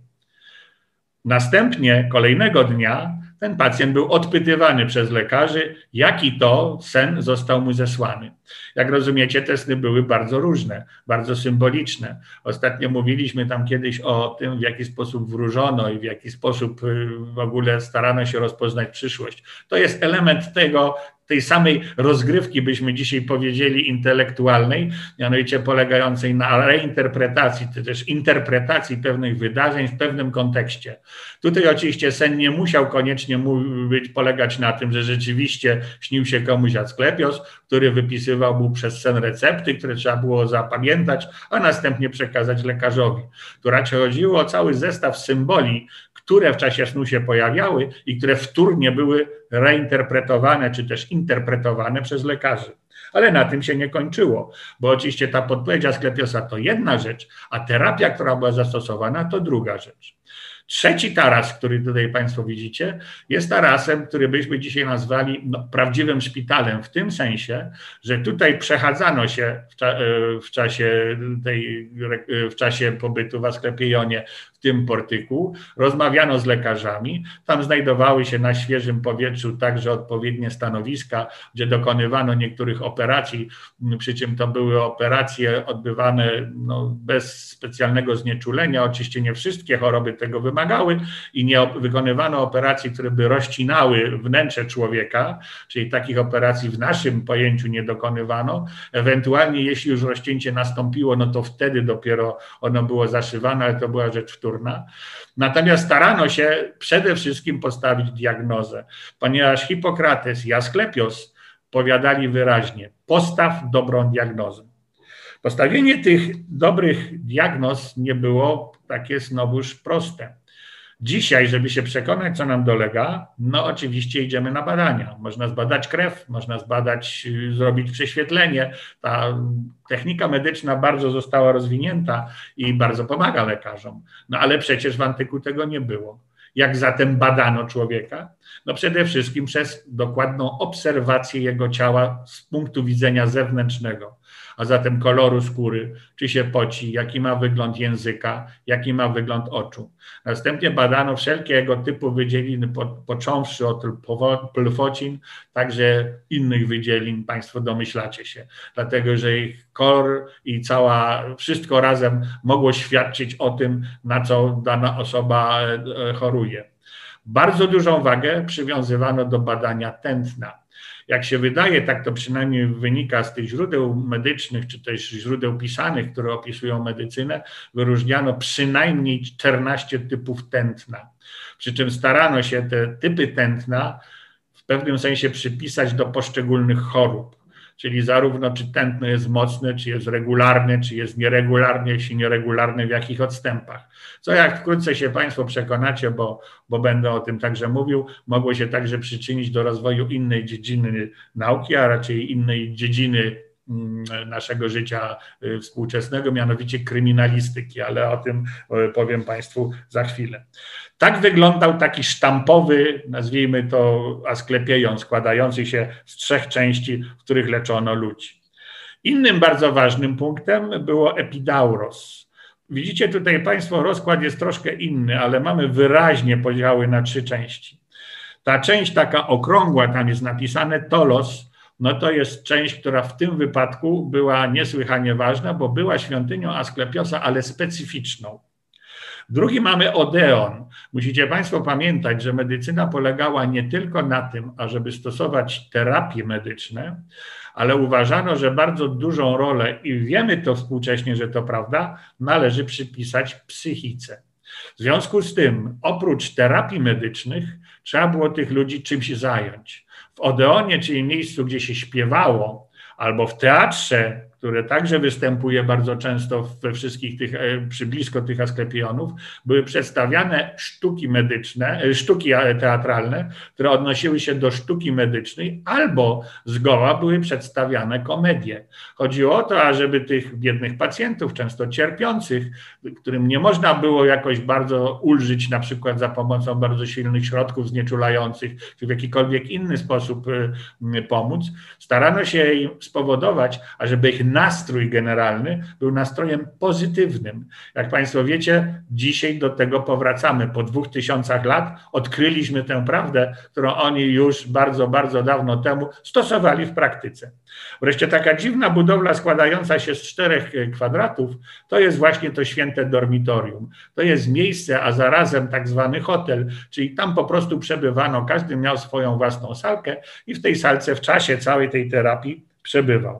Następnie kolejnego dnia ten pacjent był odpytywany przez lekarzy, jaki to sen został mu zesłany. Jak rozumiecie, te sny były bardzo różne, bardzo symboliczne. Ostatnio mówiliśmy tam kiedyś o tym, w jaki sposób wróżono i w jaki sposób w ogóle starano się rozpoznać przyszłość. To jest element tego, tej samej rozgrywki, byśmy dzisiaj powiedzieli, intelektualnej, mianowicie polegającej na reinterpretacji, czy też interpretacji pewnych wydarzeń w pewnym kontekście. Tutaj oczywiście sen nie musiał koniecznie być, polegać na tym, że rzeczywiście śnił się komuś Asklepios, który wypisywał mu przez sen recepty, które trzeba było zapamiętać, a następnie przekazać lekarzowi. Tu raczej chodziło o cały zestaw symboli, które w czasie snu się pojawiały i które wtórnie były reinterpretowane czy też interpretowane przez lekarzy. Ale na tym się nie kończyło, bo oczywiście ta podpowiedź Asklepiosa to jedna rzecz, a terapia, która była zastosowana, to druga rzecz. Trzeci taras, który tutaj Państwo widzicie, jest tarasem, który byśmy dzisiaj nazwali no, prawdziwym szpitalem, w tym sensie, że tutaj przechadzano się w, cza w, czasie, tej, w czasie pobytu w Asklepionie, w tym portyku, rozmawiano z lekarzami, tam znajdowały się na świeżym powietrzu także odpowiednie stanowiska, gdzie dokonywano niektórych operacji, przy czym to były operacje odbywane no, bez specjalnego znieczulenia, oczywiście nie wszystkie choroby tego wymagały i nie wykonywano operacji, które by rozcinały wnętrze człowieka, czyli takich operacji w naszym pojęciu nie dokonywano. Ewentualnie jeśli już rozcięcie nastąpiło, no to wtedy dopiero ono było zaszywane, ale to była rzecz wtórna. Natomiast starano się przede wszystkim postawić diagnozę, ponieważ Hipokrates i Asklepios powiadali wyraźnie: postaw dobrą diagnozę. Postawienie tych dobrych diagnoz nie było takie znowuż proste. Dzisiaj, żeby się przekonać, co nam dolega, no oczywiście idziemy na badania. Można zbadać krew, można zbadać, zrobić prześwietlenie. Ta technika medyczna bardzo została rozwinięta i bardzo pomaga lekarzom. No ale przecież w antyku tego nie było. Jak zatem badano człowieka? No przede wszystkim przez dokładną obserwację jego ciała z punktu widzenia zewnętrznego, a zatem koloru skóry, czy się poci, jaki ma wygląd języka, jaki ma wygląd oczu. Następnie badano wszelkie jego typu wydzieliny, po, począwszy od plfocin, także innych wydzielin, Państwo domyślacie się, dlatego że ich kolor i cała, wszystko razem mogło świadczyć o tym, na co dana osoba choruje. Bardzo dużą wagę przywiązywano do badania tętna. Jak się wydaje, tak to przynajmniej wynika z tych źródeł medycznych, czy też źródeł pisanych, które opisują medycynę, wyróżniano przynajmniej czternaście typów tętna. Przy czym starano się te typy tętna w pewnym sensie przypisać do poszczególnych chorób. Czyli zarówno czy tętno jest mocne, czy jest regularne, czy jest nieregularne, jeśli nieregularne, w jakich odstępach. Co jak wkrótce się Państwo przekonacie, bo, bo będę o tym także mówił, mogło się także przyczynić do rozwoju innej dziedziny nauki, a raczej innej dziedziny naszego życia współczesnego, mianowicie kryminalistyki, ale o tym powiem Państwu za chwilę. Tak wyglądał taki sztampowy, nazwijmy to Asklepieion, składający się z trzech części, w których leczono ludzi. Innym bardzo ważnym punktem było epidauros. Widzicie tutaj Państwo, rozkład jest troszkę inny, ale mamy wyraźnie podziały na trzy części. Ta część taka okrągła, tam jest napisane tolos, no to jest część, która w tym wypadku była niesłychanie ważna, bo była świątynią Asklepiosa, ale specyficzną. Drugi mamy Odeon. Musicie Państwo pamiętać, że medycyna polegała nie tylko na tym, ażeby stosować terapie medyczne, ale uważano, że bardzo dużą rolę, i wiemy to współcześnie, że to prawda, należy przypisać psychice. W związku z tym, oprócz terapii medycznych, trzeba było tych ludzi czymś zająć. W Odeonie, czyli miejscu, gdzie się śpiewało, albo w teatrze, które także występuje bardzo często we wszystkich tych, przy blisko tych Asklepionów, były przedstawiane sztuki medyczne, sztuki teatralne, które odnosiły się do sztuki medycznej, albo zgoła były przedstawiane komedie. Chodziło o to, ażeby tych biednych pacjentów, często cierpiących, którym nie można było jakoś bardzo ulżyć, na przykład za pomocą bardzo silnych środków znieczulających, czy w jakikolwiek inny sposób pomóc, starano się im spowodować, ażeby ich nastrój generalny był nastrojem pozytywnym. Jak Państwo wiecie, dzisiaj do tego powracamy. Po dwóch tysiącach lat odkryliśmy tę prawdę, którą oni już bardzo, bardzo dawno temu stosowali w praktyce. Wreszcie taka dziwna budowla składająca się z czterech kwadratów, to jest właśnie to święte dormitorium. To jest miejsce, a zarazem tak zwany hotel, czyli tam po prostu przebywano, każdy miał swoją własną salkę i w tej salce w czasie całej tej terapii przebywał.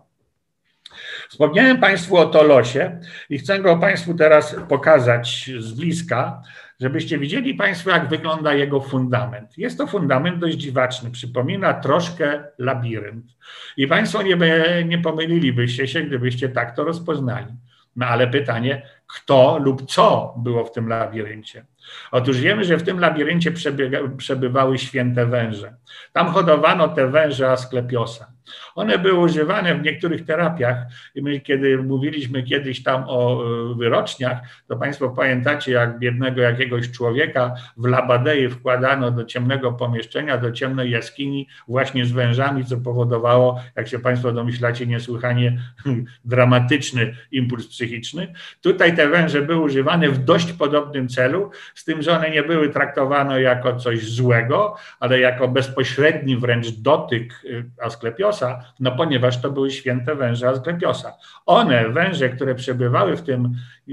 Wspomniałem Państwu o Tolosie i chcę go Państwu teraz pokazać z bliska, żebyście widzieli Państwo, jak wygląda jego fundament. Jest to fundament dość dziwaczny, przypomina troszkę labirynt. I Państwo nie, nie pomylilibyście się, gdybyście tak to rozpoznali. No ale pytanie, kto lub co było w tym labiryncie? Otóż wiemy, że w tym labiryncie przebywały święte węże. Tam hodowano te węże Asklepiosa. One były używane w niektórych terapiach i my, kiedy mówiliśmy kiedyś tam o wyroczniach, to Państwo pamiętacie, jak biednego jakiegoś człowieka w Labadei wkładano do ciemnego pomieszczenia, do ciemnej jaskini właśnie z wężami, co powodowało, jak się Państwo domyślacie, niesłychanie dramatyczny impuls psychiczny. Tutaj te węże były używane w dość podobnym celu, z tym, że one nie były traktowane jako coś złego, ale jako bezpośredni wręcz dotyk Asklepiosa, no ponieważ to były święte węże Asklepiosa. One, węże, które przebywały w tym,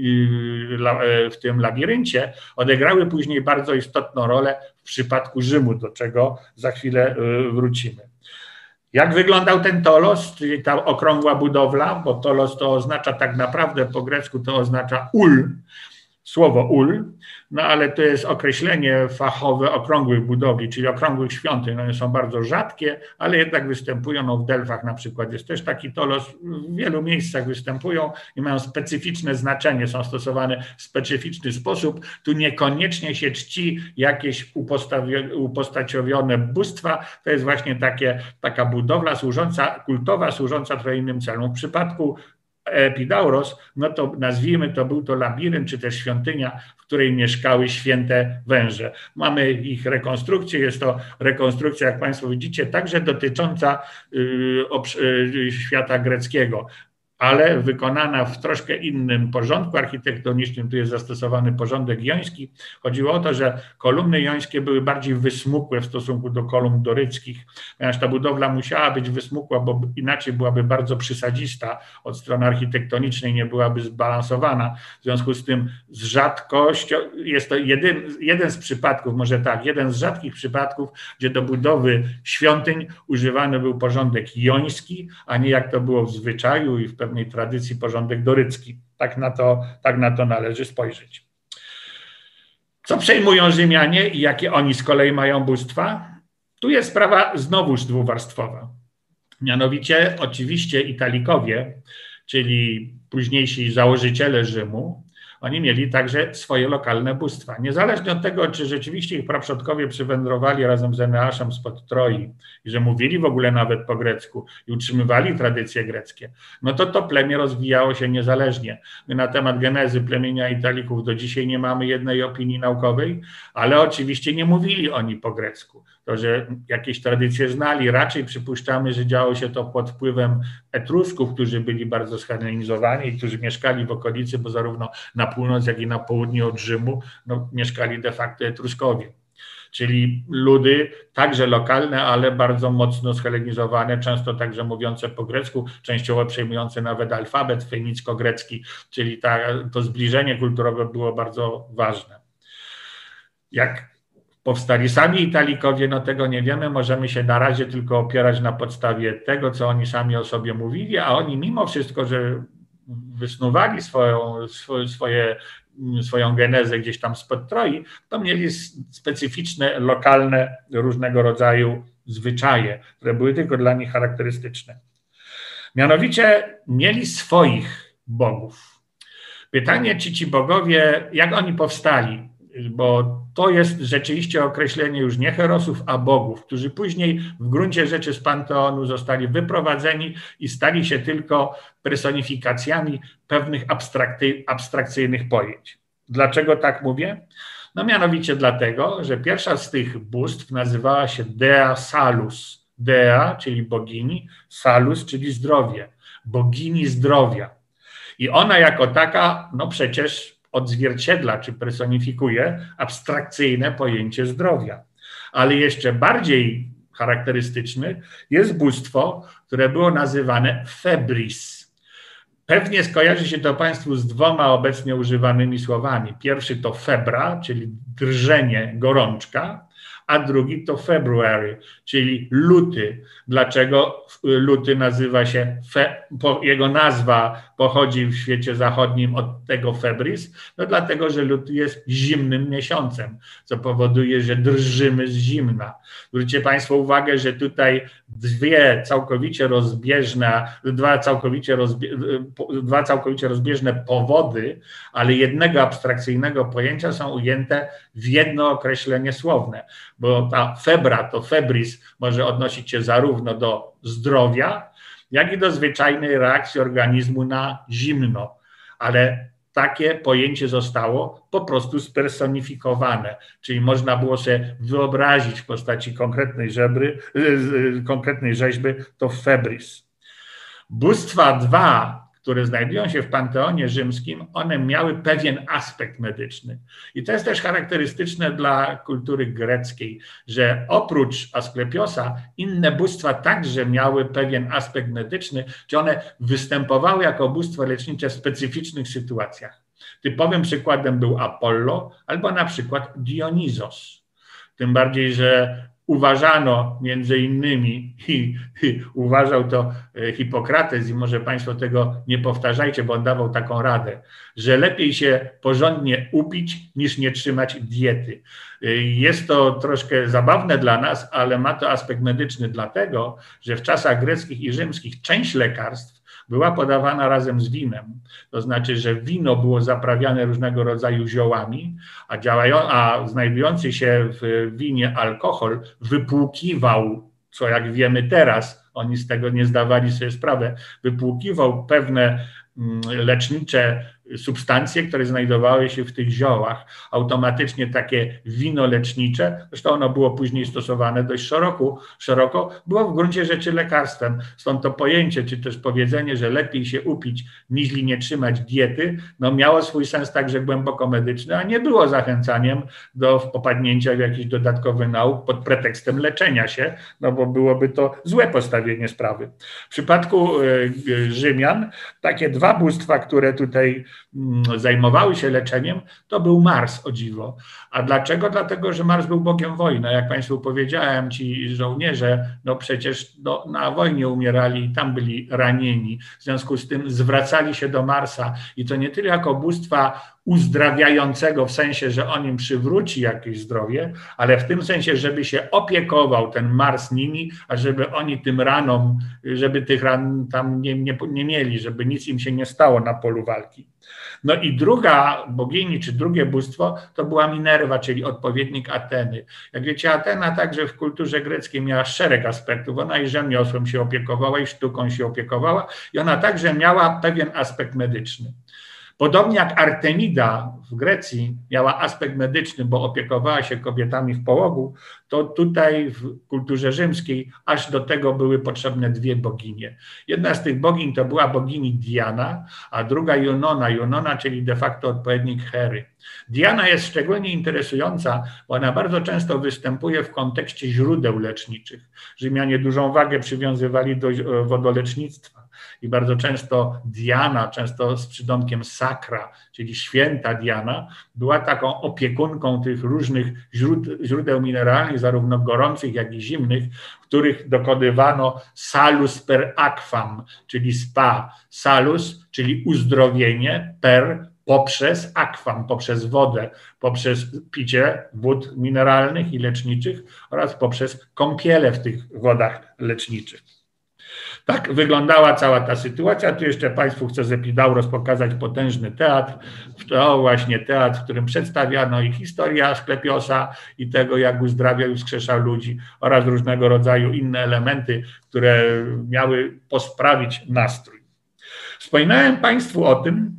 w tym labiryncie, odegrały później bardzo istotną rolę w przypadku Rzymu, do czego za chwilę wrócimy. Jak wyglądał ten tolos, czyli ta okrągła budowla, bo tolos to oznacza tak naprawdę po grecku to oznacza ul, słowo ul, no ale to jest określenie fachowe okrągłych budowli, czyli okrągłych świątyń. One są bardzo rzadkie, ale jednak występują, no w Delfach na przykład jest też taki tolos, w wielu miejscach występują i mają specyficzne znaczenie, są stosowane w specyficzny sposób. Tu niekoniecznie się czci jakieś upostaciowone bóstwa, to jest właśnie takie, taka budowla służąca, kultowa, służąca trochę innym celom. W przypadku Epidauros, no to nazwijmy to, był to labirynt, czy też świątynia, w której mieszkały święte węże. Mamy ich rekonstrukcję, jest to rekonstrukcja, jak Państwo widzicie, także dotycząca y, świata greckiego, ale wykonana w troszkę innym porządku architektonicznym. Tu jest zastosowany porządek joński. Chodziło o to, że kolumny jońskie były bardziej wysmukłe w stosunku do kolumn doryckich, ponieważ ta budowla musiała być wysmukła, bo inaczej byłaby bardzo przysadzista od strony architektonicznej, nie byłaby zbalansowana. W związku z tym z rzadkością, jest to jeden, jeden z przypadków, może tak, jeden z rzadkich przypadków, gdzie do budowy świątyń używany był porządek joński, a nie jak to było w zwyczaju i w pewnym tradycji porządek dorycki. Tak na to, tak na to należy spojrzeć. Co przejmują Rzymianie i jakie oni z kolei mają bóstwa? Tu jest sprawa znowuż dwuwarstwowa. Mianowicie oczywiście Italikowie, czyli późniejsi założyciele Rzymu, oni mieli także swoje lokalne bóstwa. Niezależnie od tego, czy rzeczywiście ich praprzodkowie przywędrowali razem z Eneaszem spod Troi i że mówili w ogóle nawet po grecku i utrzymywali tradycje greckie, no to to plemię rozwijało się niezależnie. My na temat genezy plemienia Italików do dzisiaj nie mamy jednej opinii naukowej, ale oczywiście nie mówili oni po grecku. To, że jakieś tradycje znali, raczej przypuszczamy, że działo się to pod wpływem Etrusków, którzy byli bardzo zhellenizowani i którzy mieszkali w okolicy, bo zarówno na północ, jak i na południe od Rzymu no, mieszkali de facto Etruskowie. Czyli ludy także lokalne, ale bardzo mocno zhelenizowane, często także mówiące po grecku, częściowo przejmujące nawet alfabet fenicko-grecki, czyli ta, to zbliżenie kulturowe było bardzo ważne. Jak powstali sami Italikowie, no tego nie wiemy, możemy się na razie tylko opierać na podstawie tego, co oni sami o sobie mówili, a oni mimo wszystko, że wysnuwali swoją, swoje, swoją genezę gdzieś tam spod Troi, to mieli specyficzne, lokalne, różnego rodzaju zwyczaje, które były tylko dla nich charakterystyczne. Mianowicie mieli swoich bogów. Pytanie, czy ci bogowie, jak oni powstali? Bo to jest rzeczywiście określenie już nie herosów, a bogów, którzy później w gruncie rzeczy z panteonu zostali wyprowadzeni i stali się tylko personifikacjami pewnych abstrakcyjnych pojęć. Dlaczego tak mówię? No mianowicie dlatego, że pierwsza z tych bóstw nazywała się Dea Salus. Dea, czyli bogini, Salus, czyli zdrowie, bogini zdrowia. I ona jako taka, no przecież odzwierciedla czy personifikuje abstrakcyjne pojęcie zdrowia. Ale jeszcze bardziej charakterystyczny jest bóstwo, które było nazywane Febris. Pewnie skojarzy się to Państwu z dwoma obecnie używanymi słowami. Pierwszy to febra, czyli drżenie, gorączka, a drugi to February, czyli luty. Dlaczego luty nazywa się, fe, po, jego nazwa pochodzi w świecie zachodnim od tego febris? No dlatego, że luty jest zimnym miesiącem, co powoduje, że drżymy z zimna. Zwróćcie Państwo uwagę, że tutaj dwie całkowicie rozbieżne, dwa całkowicie, rozbie, dwa całkowicie rozbieżne powody, ale jednego abstrakcyjnego pojęcia są ujęte w jedno określenie słowne, bo ta febra, to febris może odnosić się zarówno do zdrowia, jak i do zwyczajnej reakcji organizmu na zimno, ale takie pojęcie zostało po prostu spersonifikowane, czyli można było sobie wyobrazić w postaci konkretnej, żebry, konkretnej rzeźby to febris. Bóstwa dwa, które znajdują się w Panteonie Rzymskim, one miały pewien aspekt medyczny. I to jest też charakterystyczne dla kultury greckiej, że oprócz Asklepiosa inne bóstwa także miały pewien aspekt medyczny, czy one występowały jako bóstwo lecznicze w specyficznych sytuacjach. Typowym przykładem był Apollo albo na przykład Dionizos. Tym bardziej, że uważano między innymi, i, i uważał to Hipokrates i może Państwo tego nie powtarzajcie, bo on dawał taką radę, że lepiej się porządnie upić niż nie trzymać diety. Jest to troszkę zabawne dla nas, ale ma to aspekt medyczny dlatego, że w czasach greckich i rzymskich część lekarstw była podawana razem z winem. To znaczy, że wino było zaprawiane różnego rodzaju ziołami, a, działają, a znajdujący się w winie alkohol wypłukiwał, co jak wiemy teraz, oni z tego nie zdawali sobie sprawy, wypłukiwał pewne lecznicze substancje, które znajdowały się w tych ziołach. Automatycznie takie wino lecznicze, zresztą ono było później stosowane dość szeroko, szeroko, było w gruncie rzeczy lekarstwem. Stąd to pojęcie, czy też powiedzenie, że lepiej się upić, niż nie trzymać diety, no miało swój sens także głęboko medyczny, a nie było zachęcaniem do popadnięcia w jakiś dodatkowy nauk pod pretekstem leczenia się, no bo byłoby to złe postawienie sprawy. W przypadku Rzymian takie dwa bóstwa, które tutaj zajmowały się leczeniem, to był Mars, o dziwo. A dlaczego? Dlatego, że Mars był bogiem wojny. Jak Państwu powiedziałem, ci żołnierze, no przecież no, na wojnie umierali i tam byli ranieni. W związku z tym zwracali się do Marsa i to nie tyle jako bóstwa uzdrawiającego, w sensie, że on im przywróci jakieś zdrowie, ale w tym sensie, żeby się opiekował ten Mars nimi, a żeby oni tym ranom, żeby tych ran tam nie, nie, nie mieli, żeby nic im się nie stało na polu walki. No i druga bogini, czy drugie bóstwo, to była Minerva, czyli odpowiednik Ateny. Jak wiecie, Atena także w kulturze greckiej miała szereg aspektów. Ona i rzemiosłem się opiekowała, i sztuką się opiekowała, i ona także miała pewien aspekt medyczny. Podobnie jak Artemida w Grecji miała aspekt medyczny, bo opiekowała się kobietami w połogu, to tutaj w kulturze rzymskiej aż do tego były potrzebne dwie boginie. Jedna z tych bogiń to była bogini Diana, a druga Junona. Junona, czyli de facto odpowiednik Hery. Diana jest szczególnie interesująca, bo ona bardzo często występuje w kontekście źródeł leczniczych. Rzymianie dużą wagę przywiązywali do wodolecznictwa. I bardzo często Diana, często z przydomkiem Sakra, czyli święta Diana, była taką opiekunką tych różnych źródeł mineralnych, zarówno gorących, jak i zimnych, w których dokonywano salus per aquam, czyli spa. Salus, czyli uzdrowienie, per, poprzez aquam, poprzez wodę, poprzez picie wód mineralnych i leczniczych oraz poprzez kąpiele w tych wodach leczniczych. Tak wyglądała cała ta sytuacja. Tu jeszcze Państwu chcę z Epidauros pokazać potężny teatr. To właśnie teatr, w którym przedstawiano i historię Asklepiosa i tego, jak uzdrawiał i wskrzeszał ludzi oraz różnego rodzaju inne elementy, które miały posprawić nastrój. Wspominałem Państwu o tym,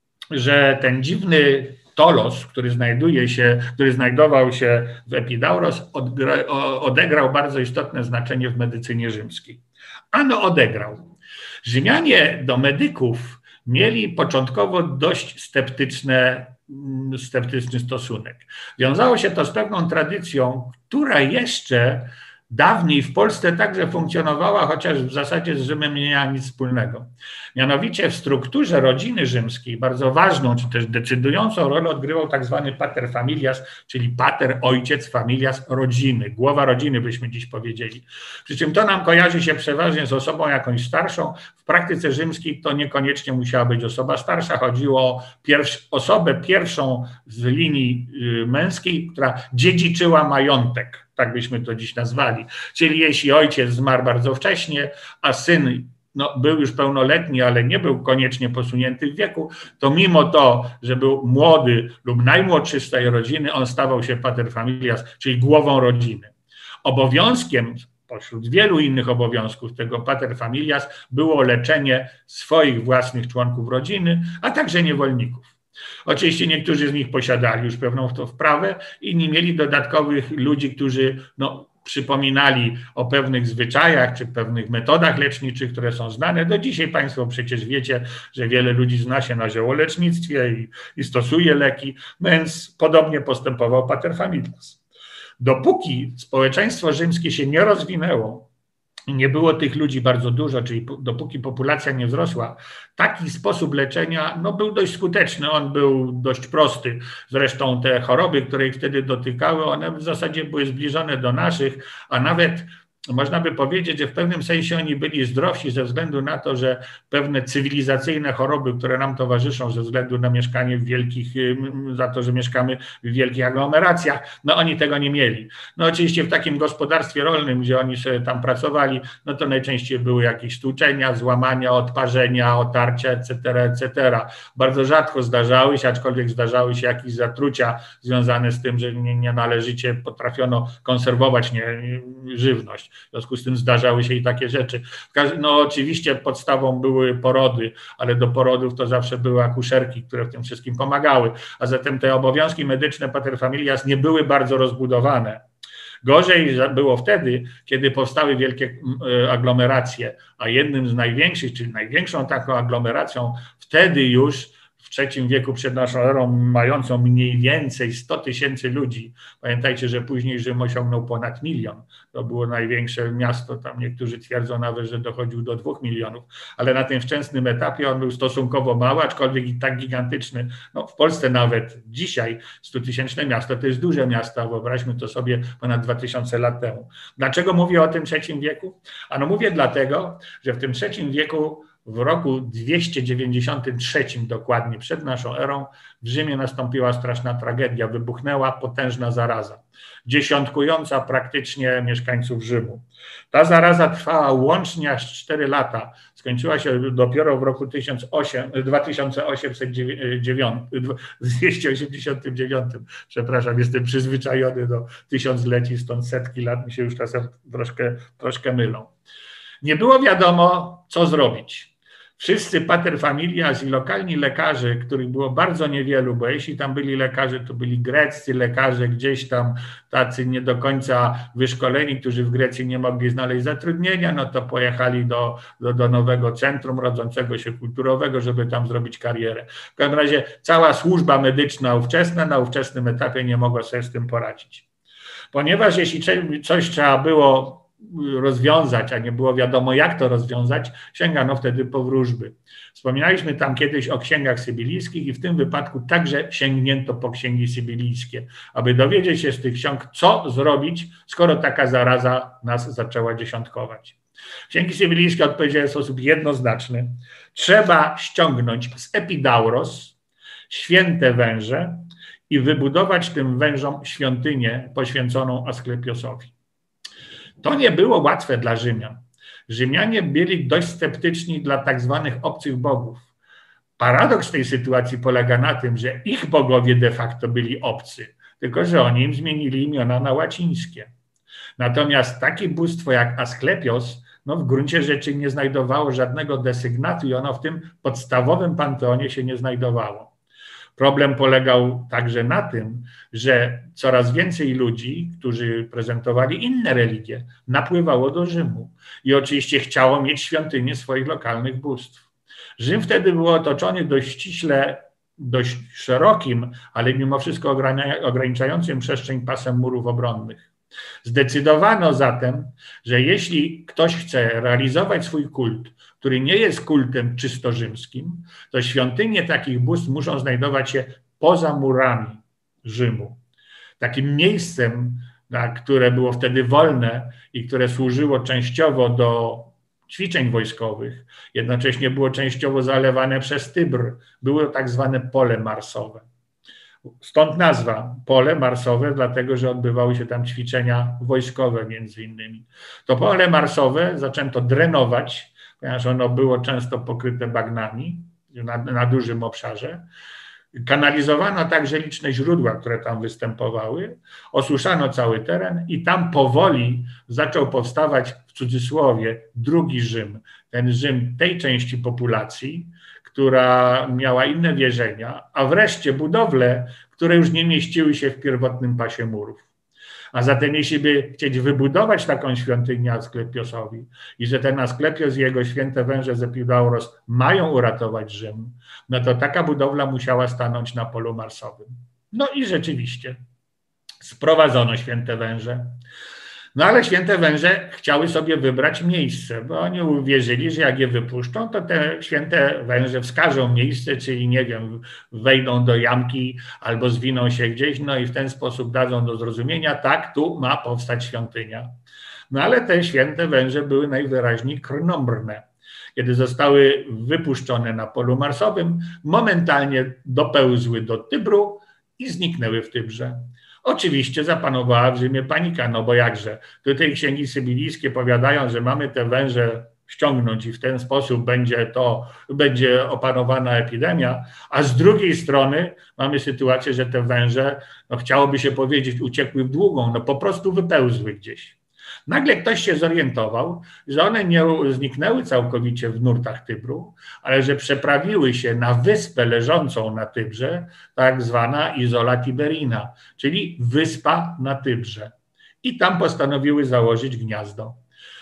że ten dziwny Tolos, który znajduje się, który znajdował się w Epidauros, odegrał bardzo istotne znaczenie w medycynie rzymskiej. Ano odegrał. Rzymianie do medyków mieli początkowo dość sceptyczne, sceptyczny stosunek. Wiązało się to z pewną tradycją, która jeszcze dawniej w Polsce także funkcjonowała, chociaż w zasadzie z Rzymem nie miała nic wspólnego. Mianowicie w strukturze rodziny rzymskiej bardzo ważną, czy też decydującą rolę odgrywał tak zwany pater familias, czyli pater, ojciec, familias, rodziny, głowa rodziny byśmy dziś powiedzieli. Przy czym to nam kojarzy się przeważnie z osobą jakąś starszą. W praktyce rzymskiej to niekoniecznie musiała być osoba starsza, chodziło o pierwsz, osobę pierwszą z linii męskiej, która dziedziczyła majątek. Tak byśmy to dziś nazwali. Czyli jeśli ojciec zmarł bardzo wcześnie, a syn no, był już pełnoletni, ale nie był koniecznie posunięty w wieku, to mimo to, że był młody lub najmłodszy z tej rodziny, on stawał się pater familias, czyli głową rodziny. Obowiązkiem pośród wielu innych obowiązków tego pater familias było leczenie swoich własnych członków rodziny, a także niewolników. Oczywiście niektórzy z nich posiadali już pewną w to wprawę, inni mieli dodatkowych ludzi, którzy no, przypominali o pewnych zwyczajach czy pewnych metodach leczniczych, które są znane. Do dzisiaj Państwo przecież wiecie, że wiele ludzi zna się na ziołolecznictwie i, i stosuje leki, więc podobnie postępował pater familias. Dopóki społeczeństwo rzymskie się nie rozwinęło, nie było tych ludzi bardzo dużo, czyli dopóki populacja nie wzrosła, taki sposób leczenia no, był dość skuteczny, on był dość prosty. Zresztą te choroby, które ich wtedy dotykały, one w zasadzie były zbliżone do naszych, a nawet można by powiedzieć, że w pewnym sensie oni byli zdrowsi ze względu na to, że pewne cywilizacyjne choroby, które nam towarzyszą ze względu na mieszkanie w wielkich, za to, że mieszkamy w wielkich aglomeracjach, no oni tego nie mieli. No oczywiście w takim gospodarstwie rolnym, gdzie oni sobie tam pracowali, no to najczęściej były jakieś stłuczenia, złamania, odparzenia, otarcia, et cetera, et cetera. Bardzo rzadko zdarzały się, aczkolwiek zdarzały się jakieś zatrucia związane z tym, że nie, nie należycie potrafiono konserwować nie, żywność. W związku z tym zdarzały się i takie rzeczy. No oczywiście podstawą były porody, ale do porodów to zawsze były akuszerki, które w tym wszystkim pomagały. A zatem te obowiązki medyczne pater familias nie były bardzo rozbudowane. Gorzej było wtedy, kiedy powstały wielkie aglomeracje, a jednym z największych, czyli największą taką aglomeracją wtedy już w trzecim wieku przed naszą erą, mającą mniej więcej sto tysięcy ludzi. Pamiętajcie, że później Rzym osiągnął ponad milion. To było największe miasto, tam niektórzy twierdzą nawet, że dochodził do dwóch milionów, ale na tym wczesnym etapie on był stosunkowo mały, aczkolwiek i tak gigantyczny. No, w Polsce nawet dzisiaj stutysięczne miasto to jest duże miasto, wyobraźmy to sobie ponad dwa tysiące lat temu. Dlaczego mówię o tym trzecim wieku? Ano mówię dlatego, że w tym trzecim wieku w roku dwieście dziewięćdziesiątym trzecim dokładnie przed naszą erą w Rzymie nastąpiła straszna tragedia, wybuchnęła potężna zaraza, dziesiątkująca praktycznie mieszkańców Rzymu. Ta zaraza trwała łącznie aż cztery lata, skończyła się dopiero w roku dwa tysiące dwieście osiemdziesiątym dziewiątym. Przepraszam, jestem przyzwyczajony do tysiącleci, stąd setki lat mi się już czasem troszkę, troszkę mylą. Nie było wiadomo, co zrobić. Wszyscy pater familias i lokalni lekarze, których było bardzo niewielu, bo jeśli tam byli lekarze, to byli greccy lekarze, gdzieś tam tacy nie do końca wyszkoleni, którzy w Grecji nie mogli znaleźć zatrudnienia, no to pojechali do, do, do nowego centrum rodzącego się kulturowego, żeby tam zrobić karierę. W każdym razie cała służba medyczna ówczesna na ówczesnym etapie nie mogła sobie z tym poradzić. Ponieważ jeśli coś trzeba było rozwiązać, a nie było wiadomo, jak to rozwiązać, sięgano wtedy po wróżby. Wspominaliśmy tam kiedyś o księgach sybilijskich i w tym wypadku także sięgnięto po księgi sybilijskie, aby dowiedzieć się z tych ksiąg, co zrobić, skoro taka zaraza nas zaczęła dziesiątkować. Księgi sybilijskie odpowiedziały w sposób jednoznaczny. Trzeba ściągnąć z Epidauros święte węże i wybudować tym wężom świątynię poświęconą Asklepiosowi. To nie było łatwe dla Rzymian. Rzymianie byli dość sceptyczni dla tak zwanych obcych bogów. Paradoks tej sytuacji polega na tym, że ich bogowie de facto byli obcy, tylko że oni im zmienili imiona na łacińskie. Natomiast takie bóstwo jak Asklepios no w gruncie rzeczy nie znajdowało żadnego desygnatu i ono w tym podstawowym panteonie się nie znajdowało. Problem polegał także na tym, że coraz więcej ludzi, którzy prezentowali inne religie, napływało do Rzymu i oczywiście chciało mieć świątynię swoich lokalnych bóstw. Rzym wtedy był otoczony dość ściśle, dość szerokim, ale mimo wszystko ograniczającym przestrzeń pasem murów obronnych. Zdecydowano zatem, że jeśli ktoś chce realizować swój kult, który nie jest kultem czysto rzymskim, to świątynie takich bóstw muszą znajdować się poza murami Rzymu. Takim miejscem, które było wtedy wolne i które służyło częściowo do ćwiczeń wojskowych, jednocześnie było częściowo zalewane przez Tybr, było tak zwane pole marsowe. Stąd nazwa pole marsowe, dlatego że odbywały się tam ćwiczenia wojskowe między innymi. To pole marsowe zaczęto drenować, ponieważ ono było często pokryte bagnami na, na dużym obszarze. Kanalizowano także liczne źródła, które tam występowały, osuszano cały teren i tam powoli zaczął powstawać, w cudzysłowie, drugi Rzym. Ten Rzym tej części populacji, która miała inne wierzenia, a wreszcie budowle, które już nie mieściły się w pierwotnym pasie murów. A zatem jeśli by chcieć wybudować taką świątynię Asklepiosowi i że ten Asklepios i jego święte węże z Epidauros mają uratować Rzym, no to taka budowla musiała stanąć na polu marsowym. No i rzeczywiście sprowadzono święte węże. No ale święte węże chciały sobie wybrać miejsce, bo oni uwierzyli, że jak je wypuszczą, to te święte węże wskażą miejsce, czyli nie wiem, wejdą do jamki albo zwiną się gdzieś, no i w ten sposób dadzą do zrozumienia, tak, tu ma powstać świątynia. No ale te święte węże były najwyraźniej krnąbrne. Kiedy zostały wypuszczone na polu marsowym, momentalnie dopełzły do Tybru i zniknęły w Tybrze. Oczywiście zapanowała w Rzymie panika, no bo jakże, tutaj księgi sybilijskie powiadają, że mamy te węże ściągnąć i w ten sposób będzie to, będzie opanowana epidemia, a z drugiej strony mamy sytuację, że te węże, no chciałoby się powiedzieć, uciekły w długą, no po prostu wypełzły gdzieś. Nagle ktoś się zorientował, że one nie zniknęły całkowicie w nurtach Tybru, ale że przeprawiły się na wyspę leżącą na Tybrze, tak zwana Isola Tiberina, czyli wyspa na Tybrze. I tam postanowiły założyć gniazdo.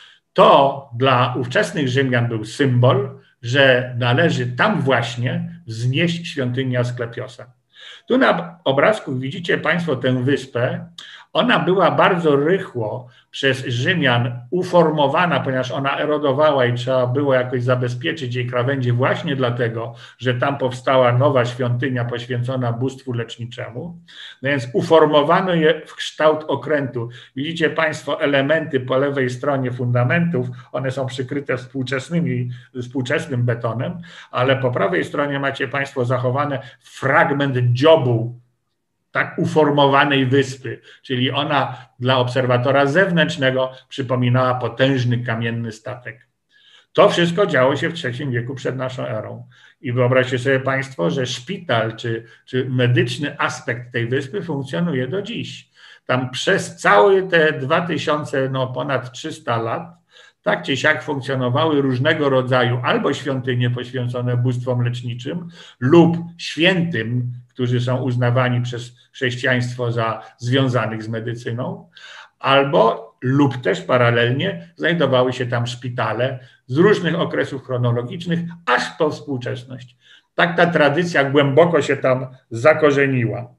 To dla ówczesnych Rzymian był symbol, że należy tam właśnie wznieść świątynię Asklepiosa. Tu na obrazku widzicie Państwo tę wyspę. Ona była bardzo rychło przez Rzymian uformowana, ponieważ ona erodowała i trzeba było jakoś zabezpieczyć jej krawędzie właśnie dlatego, że tam powstała nowa świątynia poświęcona bóstwu leczniczemu. No więc uformowano je w kształt okrętu. Widzicie Państwo elementy po lewej stronie fundamentów, one są przykryte współczesnymi, współczesnym betonem, ale po prawej stronie macie Państwo zachowany fragment dziobu tak uformowanej wyspy, czyli ona dla obserwatora zewnętrznego przypominała potężny kamienny statek. To wszystko działo się w trzecim wieku przed naszą erą. I wyobraźcie sobie Państwo, że szpital czy, czy medyczny aspekt tej wyspy funkcjonuje do dziś. Tam przez całe te dwa tysiące, no ponad trzysta lat, tak czy siak funkcjonowały różnego rodzaju albo świątynie poświęcone bóstwom leczniczym lub świętym, którzy są uznawani przez chrześcijaństwo za związanych z medycyną, albo lub też paralelnie znajdowały się tam szpitale z różnych okresów chronologicznych, aż po współczesność. Tak ta tradycja głęboko się tam zakorzeniła.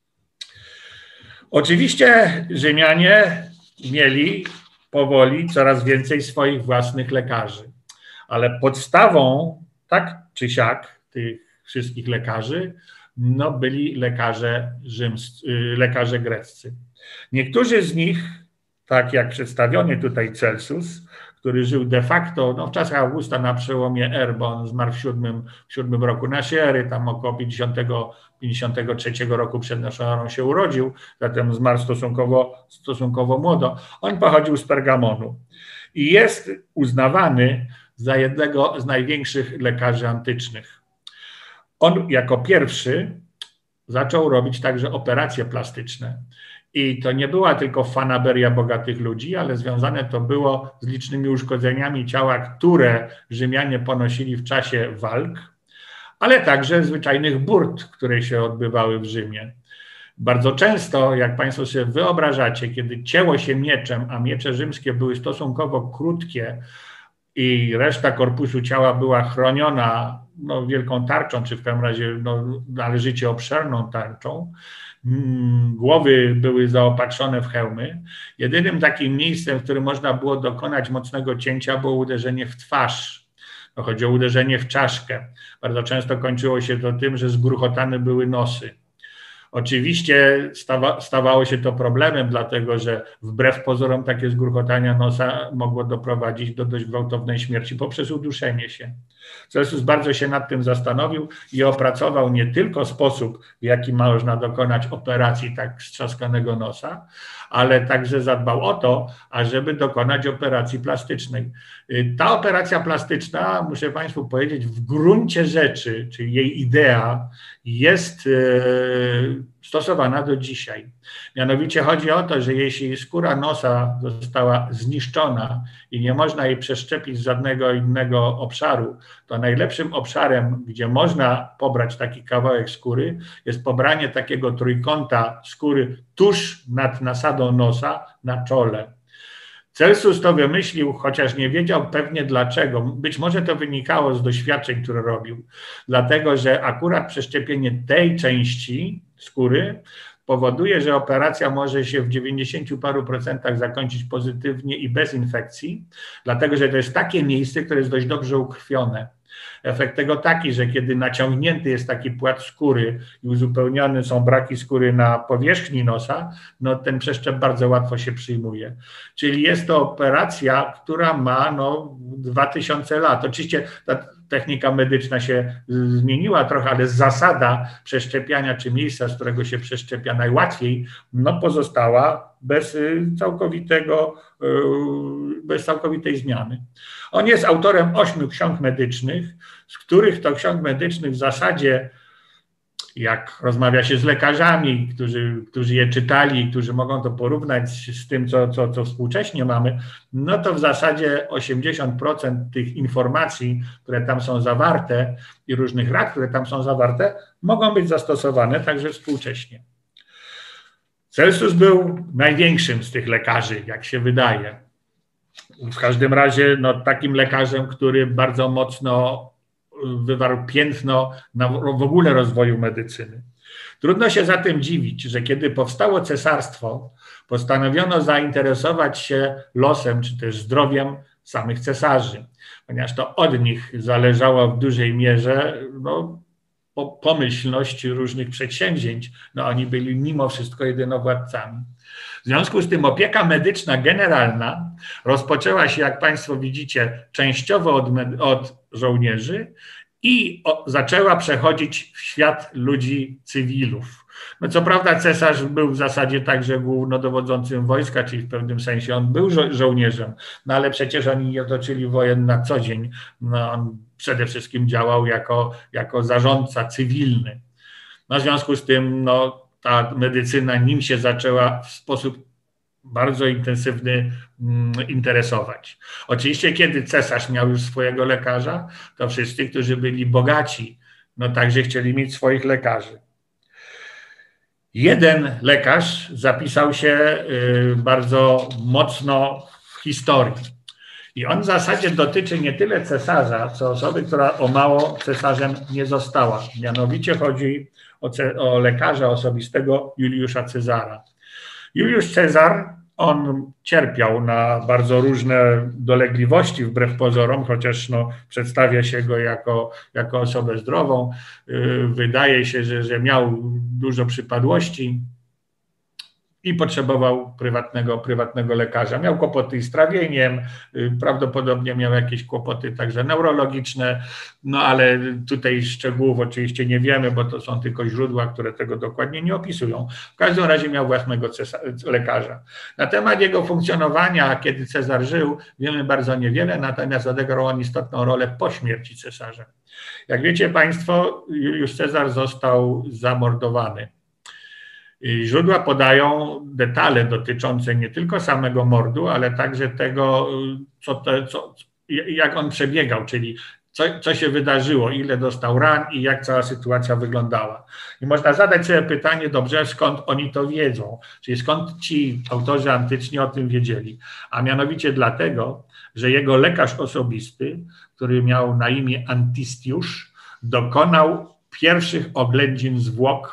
Oczywiście Rzymianie mieli powoli coraz więcej swoich własnych lekarzy, ale podstawą, tak czy siak, tych wszystkich lekarzy, no byli lekarze rzymscy, lekarze greccy. Niektórzy z nich, tak jak przedstawiony tutaj Celsus, który żył de facto no, w czasach Augusta na przełomie er, bo on zmarł w siódmym, w siódmym roku naszej ery, tam około pięćdziesiątego, pięćdziesiątego trzeciego roku przed naszą erą się urodził, zatem zmarł stosunkowo, stosunkowo młodo. On pochodził z Pergamonu i jest uznawany za jednego z największych lekarzy antycznych. On jako pierwszy zaczął robić także operacje plastyczne. I to nie była tylko fanaberia bogatych ludzi, ale związane to było z licznymi uszkodzeniami ciała, które Rzymianie ponosili w czasie walk, ale także zwyczajnych burt, które się odbywały w Rzymie. Bardzo często, jak Państwo sobie wyobrażacie, kiedy cięło się mieczem, a miecze rzymskie były stosunkowo krótkie i reszta korpusu ciała była chroniona no, wielką tarczą, czy w każdym razie no, należycie obszerną tarczą, głowy były zaopatrzone w hełmy. Jedynym takim miejscem, w którym można było dokonać mocnego cięcia, było uderzenie w twarz. Chodzi o uderzenie w czaszkę. Bardzo często kończyło się to tym, że zgruchotane były nosy. Oczywiście stawa, stawało się to problemem, dlatego że wbrew pozorom takie zgruchotania nosa mogło doprowadzić do dość gwałtownej śmierci poprzez uduszenie się. Celsus bardzo się nad tym zastanowił i opracował nie tylko sposób, w jaki można dokonać operacji tak strzaskanego nosa, ale także zadbał o to, ażeby dokonać operacji plastycznej. Ta operacja plastyczna, muszę Państwu powiedzieć, w gruncie rzeczy, czyli jej idea jest stosowana do dzisiaj. Mianowicie chodzi o to, że jeśli skóra nosa została zniszczona i nie można jej przeszczepić z żadnego innego obszaru, to najlepszym obszarem, gdzie można pobrać taki kawałek skóry, jest pobranie takiego trójkąta skóry tuż nad nasadą nosa na czole. Celsus to wymyślił, chociaż nie wiedział pewnie dlaczego. Być może to wynikało z doświadczeń, które robił. Dlatego, że akurat przeszczepienie tej części skóry powoduje, że operacja może się w dziewięćdziesięciu paru procentach zakończyć pozytywnie i bez infekcji, dlatego, że to jest takie miejsce, które jest dość dobrze ukrwione. Efekt tego taki, że kiedy naciągnięty jest taki płat skóry i uzupełnione są braki skóry na powierzchni nosa, no ten przeszczep bardzo łatwo się przyjmuje. Czyli jest to operacja, która ma no dwa tysiące lat. Oczywiście ta technika medyczna się zmieniła trochę, ale zasada przeszczepiania czy miejsca, z którego się przeszczepia najłatwiej, no pozostała bez całkowitego, bez całkowitej zmiany. On jest autorem ośmiu ksiąg medycznych, z których to ksiąg medycznych w zasadzie, jak rozmawia się z lekarzami, którzy, którzy je czytali, którzy mogą to porównać z tym, co, co, co współcześnie mamy, no to w zasadzie osiemdziesiąt procent tych informacji, które tam są zawarte i różnych rad, które tam są zawarte, mogą być zastosowane także współcześnie. Celsus był największym z tych lekarzy, jak się wydaje. W każdym razie no, takim lekarzem, który bardzo mocno wywarł piętno na w ogóle rozwoju medycyny. Trudno się zatem dziwić, że kiedy powstało cesarstwo, postanowiono zainteresować się losem czy też zdrowiem samych cesarzy, ponieważ to od nich zależało w dużej mierze no, pomyślność różnych przedsięwzięć. No, oni byli mimo wszystko jedynowładcami. W związku z tym opieka medyczna generalna rozpoczęła się, jak Państwo widzicie, częściowo od, od żołnierzy i o, zaczęła przechodzić w świat ludzi cywilów. No co prawda cesarz był w zasadzie także głównodowodzącym wojska, czyli w pewnym sensie on był żo żołnierzem, no ale przecież oni nie toczyli wojen na co dzień. No, on przede wszystkim działał jako, jako zarządca cywilny. No, w związku z tym no, ta medycyna nim się zaczęła w sposób bardzo intensywny interesować. Oczywiście, kiedy cesarz miał już swojego lekarza, to wszyscy, którzy byli bogaci, no także chcieli mieć swoich lekarzy. Jeden lekarz zapisał się bardzo mocno w historii. I on w zasadzie dotyczy nie tyle cesarza, co osoby, która o mało cesarzem nie została. Mianowicie chodzi o, o lekarza osobistego Juliusza Cezara. Juliusz Cezar, on cierpiał na bardzo różne dolegliwości wbrew pozorom, chociaż no, przedstawia się go jako, jako osobę zdrową. Wydaje się, że, że miał dużo przypadłości i potrzebował prywatnego, prywatnego lekarza. Miał kłopoty z trawieniem, prawdopodobnie miał jakieś kłopoty także neurologiczne, no ale tutaj szczegółów oczywiście nie wiemy, bo to są tylko źródła, które tego dokładnie nie opisują. W każdym razie miał własnego lekarza. Na temat jego funkcjonowania, kiedy Cezar żył, wiemy bardzo niewiele, natomiast odegrał on istotną rolę po śmierci cesarza. Jak wiecie Państwo, Juliusz Cezar został zamordowany. Źródła podają detale dotyczące nie tylko samego mordu, ale także tego, co to, co, jak on przebiegał, czyli co, co się wydarzyło, ile dostał ran i jak cała sytuacja wyglądała. I można zadać sobie pytanie, dobrze, skąd oni to wiedzą, czyli skąd ci autorzy antyczni o tym wiedzieli. A mianowicie dlatego, że jego lekarz osobisty, który miał na imię Antistiusz, dokonał pierwszych oględzin zwłok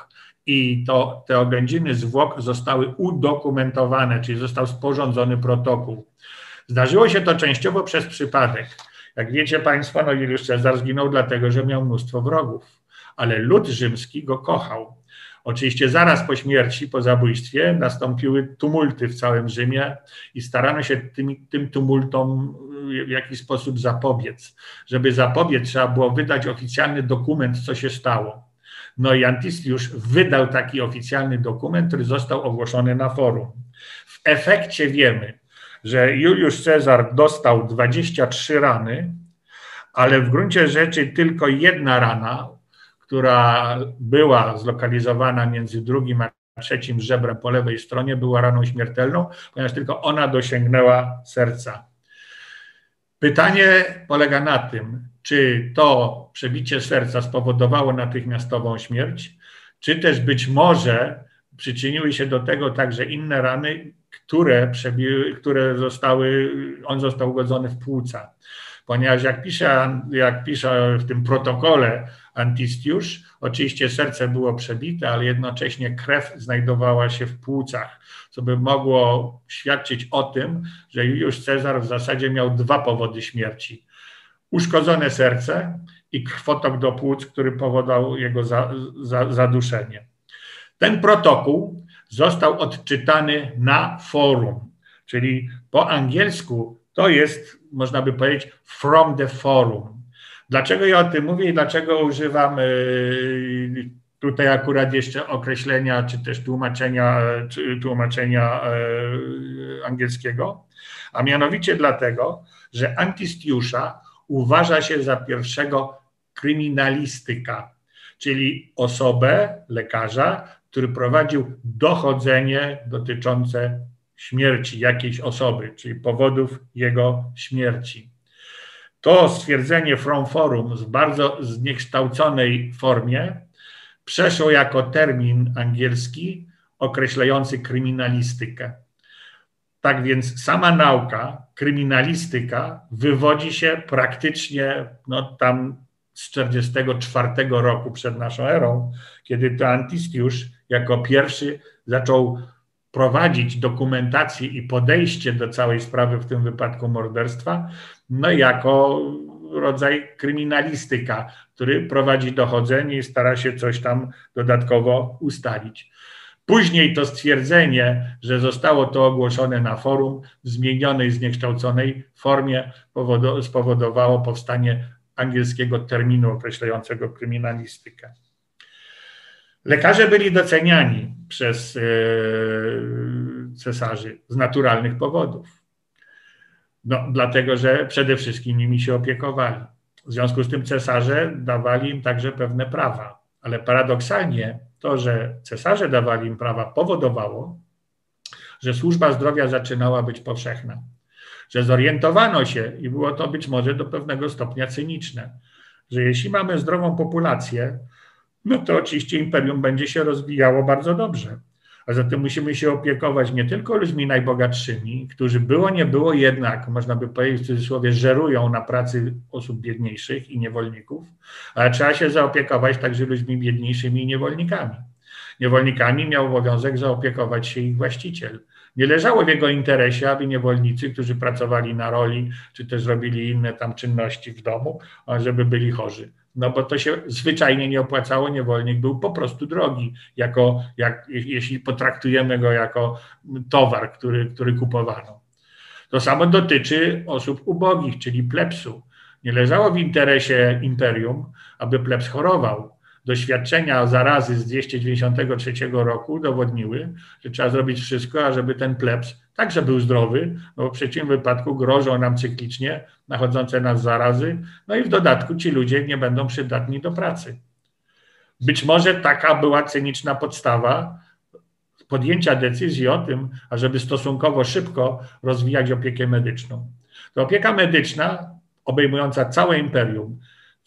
i to, te oględziny zwłok zostały udokumentowane, czyli został sporządzony protokół. Zdarzyło się to częściowo przez przypadek. Jak wiecie Państwo, no Juliusz Cezar zginął dlatego, że miał mnóstwo wrogów, ale lud rzymski go kochał. Oczywiście zaraz po śmierci, po zabójstwie nastąpiły tumulty w całym Rzymie i starano się tym, tym tumultom w jakiś sposób zapobiec. Żeby zapobiec, trzeba było wydać oficjalny dokument, co się stało. No i Antistiusz wydał taki oficjalny dokument, który został ogłoszony na forum. W efekcie wiemy, że Juliusz Cezar dostał dwadzieścia trzy rany, ale w gruncie rzeczy tylko jedna rana, która była zlokalizowana między drugim a trzecim żebrem po lewej stronie, była raną śmiertelną, ponieważ tylko ona dosięgnęła serca. Pytanie polega na tym, czy to przebicie serca spowodowało natychmiastową śmierć, czy też być może przyczyniły się do tego także inne rany, które, przebiły, które zostały, on został ugodzony w płuca. Ponieważ jak pisze, jak pisze w tym protokole Antistiusz, oczywiście serce było przebite, ale jednocześnie krew znajdowała się w płucach, co by mogło świadczyć o tym, że Juliusz Cezar w zasadzie miał dwa powody śmierci. Uszkodzone serce i krwotok do płuc, który powodował jego za, za, zaduszenie. Ten protokół został odczytany na forum, czyli po angielsku to jest, można by powiedzieć, from the forum. Dlaczego ja o tym mówię i dlaczego używam tutaj akurat jeszcze określenia, czy też tłumaczenia, czy tłumaczenia angielskiego? A mianowicie dlatego, że Antistiusza uważa się za pierwszego kryminalistyka, czyli osobę, lekarza, który prowadził dochodzenie dotyczące śmierci jakiejś osoby, czyli powodów jego śmierci. To stwierdzenie from forum w bardzo zniekształconej formie przeszło jako termin angielski określający kryminalistykę. Tak więc sama nauka, kryminalistyka, wywodzi się praktycznie no, tam z czterdziestego czwartego roku przed naszą erą, kiedy to Antistiusz jako pierwszy zaczął prowadzić dokumentację i podejście do całej sprawy, w tym wypadku morderstwa, no jako rodzaj kryminalistyka, który prowadzi dochodzenie i stara się coś tam dodatkowo ustalić. Później to stwierdzenie, że zostało to ogłoszone na forum w zmienionej, zniekształconej formie spowodowało powstanie angielskiego terminu określającego kryminalistykę. Lekarze byli doceniani przez cesarzy z naturalnych powodów. No, dlatego, że przede wszystkim nimi się opiekowali. W związku z tym cesarze dawali im także pewne prawa. Ale paradoksalnie to, że cesarze dawali im prawa, powodowało, że służba zdrowia zaczynała być powszechna. Że zorientowano się, i było to być może do pewnego stopnia cyniczne, że jeśli mamy zdrową populację, no to oczywiście imperium będzie się rozwijało bardzo dobrze. A zatem musimy się opiekować nie tylko ludźmi najbogatszymi, którzy było nie było jednak, można by powiedzieć w cudzysłowie, żerują na pracy osób biedniejszych i niewolników, ale trzeba się zaopiekować także ludźmi biedniejszymi i niewolnikami. Niewolnikami miał obowiązek zaopiekować się ich właściciel. Nie leżało w jego interesie, aby niewolnicy, którzy pracowali na roli, czy też robili inne tam czynności w domu, żeby byli chorzy. No bo to się zwyczajnie nie opłacało, niewolnik był po prostu drogi, jako, jak, jeśli potraktujemy go jako towar, który, który kupowano. To samo dotyczy osób ubogich, czyli plebsu. Nie leżało w interesie imperium, aby plebs chorował. Doświadczenia zarazy z dwieście dziewięćdziesiątego trzeciego roku udowodniły, że trzeba zrobić wszystko, ażeby ten plebs także był zdrowy, no bo w przeciwnym wypadku grożą nam cyklicznie nachodzące nas zarazy, no i w dodatku ci ludzie nie będą przydatni do pracy. Być może taka była cyniczna podstawa podjęcia decyzji o tym, ażeby stosunkowo szybko rozwijać opiekę medyczną. To opieka medyczna obejmująca całe imperium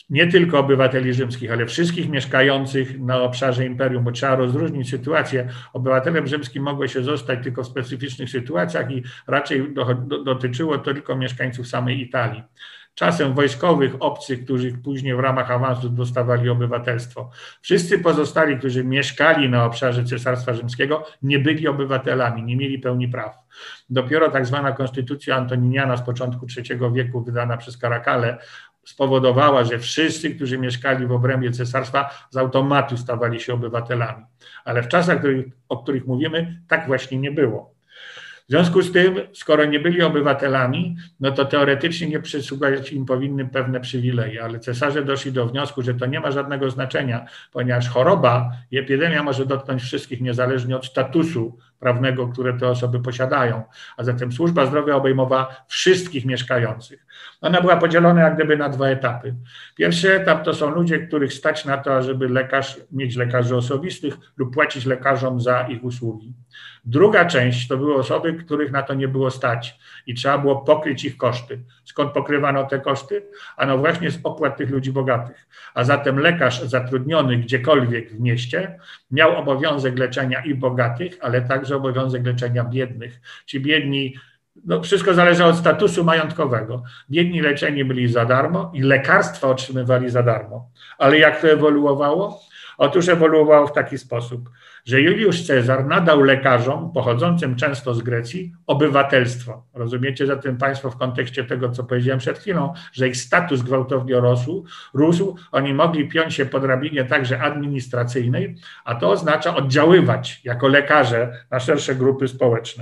nie tylko obywateli rzymskich, ale wszystkich mieszkających na obszarze imperium, bo trzeba rozróżnić sytuację. Obywatelem rzymskim mogło się zostać tylko w specyficznych sytuacjach i raczej do, do, dotyczyło to tylko mieszkańców samej Italii. Czasem wojskowych, obcych, którzy później w ramach awansu dostawali obywatelstwo. Wszyscy pozostali, którzy mieszkali na obszarze Cesarstwa Rzymskiego, nie byli obywatelami, nie mieli pełni praw. Dopiero tak zwana konstytucja antoniniana z początku trzeciego wieku, wydana przez Caracalla, spowodowała, że wszyscy, którzy mieszkali w obrębie cesarstwa, z automatu stawali się obywatelami. Ale w czasach, o których mówimy, tak właśnie nie było. W związku z tym, skoro nie byli obywatelami, no to teoretycznie nie przysługiwać im powinny pewne przywileje, ale cesarze doszli do wniosku, że to nie ma żadnego znaczenia, ponieważ choroba i epidemia może dotknąć wszystkich niezależnie od statusu prawnego, które te osoby posiadają, a zatem służba zdrowia obejmowała wszystkich mieszkających. Ona była podzielona jak gdyby na dwa etapy. Pierwszy etap to są ludzie, których stać na to, żeby lekarz, mieć lekarzy osobistych lub płacić lekarzom za ich usługi. Druga część to były osoby, których na to nie było stać i trzeba było pokryć ich koszty. Skąd pokrywano te koszty? Ano właśnie z opłat tych ludzi bogatych. A zatem lekarz zatrudniony gdziekolwiek w mieście miał obowiązek leczenia i bogatych, ale także obowiązek leczenia biednych. Ci biedni, no wszystko zależało od statusu majątkowego. Biedni leczeni byli za darmo i lekarstwa otrzymywali za darmo. Ale jak to ewoluowało? Otóż ewoluowało w taki sposób, że Juliusz Cezar nadał lekarzom pochodzącym często z Grecji obywatelstwo. Rozumiecie zatem Państwo w kontekście tego, co powiedziałem przed chwilą, że ich status gwałtownie rósł, rósł, oni mogli piąć się po drabinie także administracyjnej, a to oznacza oddziaływać jako lekarze na szersze grupy społeczne.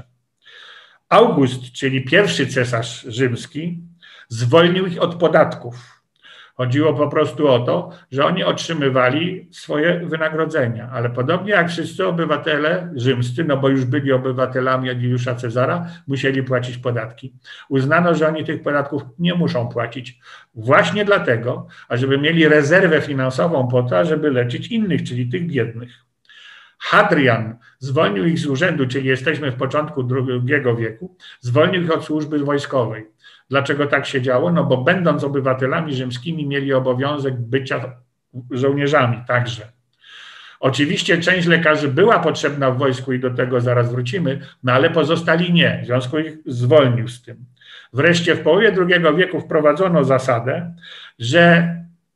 August, czyli pierwszy cesarz rzymski, zwolnił ich od podatków. Chodziło po prostu o to, że oni otrzymywali swoje wynagrodzenia, ale podobnie jak wszyscy obywatele rzymscy, no bo już byli obywatelami Juliusza Cezara, musieli płacić podatki. Uznano, że oni tych podatków nie muszą płacić właśnie dlatego, ażeby mieli rezerwę finansową po to, żeby leczyć innych, czyli tych biednych. Hadrian zwolnił ich z urzędu, czyli jesteśmy w początku drugiego wieku, zwolnił ich od służby wojskowej. Dlaczego tak się działo? No bo będąc obywatelami rzymskimi mieli obowiązek bycia żołnierzami także. Oczywiście część lekarzy była potrzebna w wojsku i do tego zaraz wrócimy, no ale pozostali nie, w związku ich zwolnił z tym. Wreszcie w połowie drugiego wieku wprowadzono zasadę, że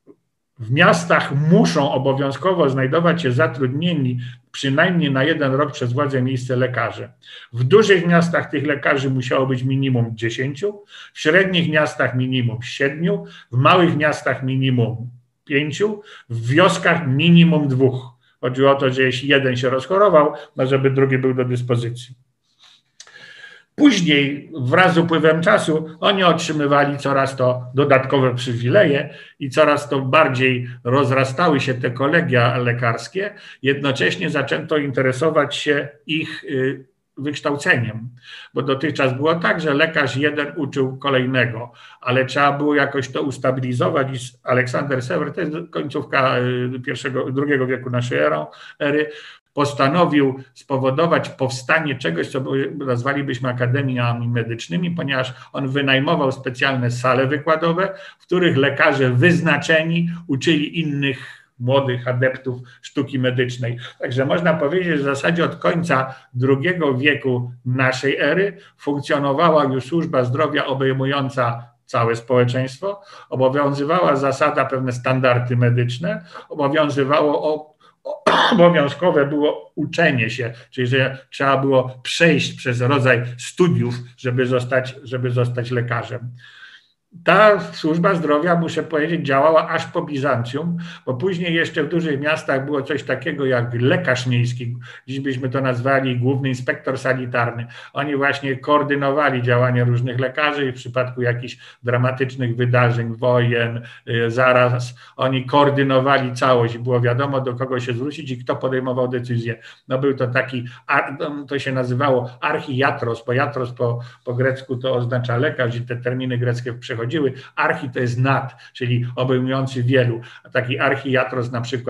w miastach muszą obowiązkowo znajdować się zatrudnieni przynajmniej na jeden rok przez władze miejsce lekarze. W dużych miastach tych lekarzy musiało być minimum dziesięciu, w średnich miastach minimum siedmiu, w małych miastach minimum pięciu, w wioskach minimum dwóch. Chodziło o to, że jeśli jeden się rozchorował, no żeby drugi był do dyspozycji. Później, wraz z upływem czasu, oni otrzymywali coraz to dodatkowe przywileje i coraz to bardziej rozrastały się te kolegia lekarskie. Jednocześnie zaczęto interesować się ich wykształceniem, bo dotychczas było tak, że lekarz jeden uczył kolejnego, ale trzeba było jakoś to ustabilizować i Aleksander Sewer, to jest końcówka pierwszego, drugiego wieku naszej ery, postanowił spowodować powstanie czegoś, co nazwalibyśmy akademiami medycznymi, ponieważ on wynajmował specjalne sale wykładowe, w których lekarze wyznaczeni uczyli innych młodych adeptów sztuki medycznej. Także można powiedzieć, że w zasadzie od końca drugiego wieku naszej ery funkcjonowała już służba zdrowia obejmująca całe społeczeństwo, obowiązywała zasada pewne standardy medyczne, obowiązywało o obowiązkowe było uczenie się, czyli że trzeba było przejść przez rodzaj studiów, żeby zostać, żeby zostać lekarzem. Ta służba zdrowia, muszę powiedzieć, działała aż po Bizancjum, bo później jeszcze w dużych miastach było coś takiego jak lekarz miejski, dziś byśmy to nazwali główny inspektor sanitarny. Oni właśnie koordynowali działania różnych lekarzy i w przypadku jakichś dramatycznych wydarzeń, wojen, zaraz, oni koordynowali całość i było wiadomo, do kogo się zwrócić i kto podejmował decyzję. No był to taki, to się nazywało archiiatros, bo iatros po, po grecku to oznacza lekarz i te terminy greckie przechodziły. Archi to jest nad, czyli obejmujący wielu. A taki archiiatros na przykład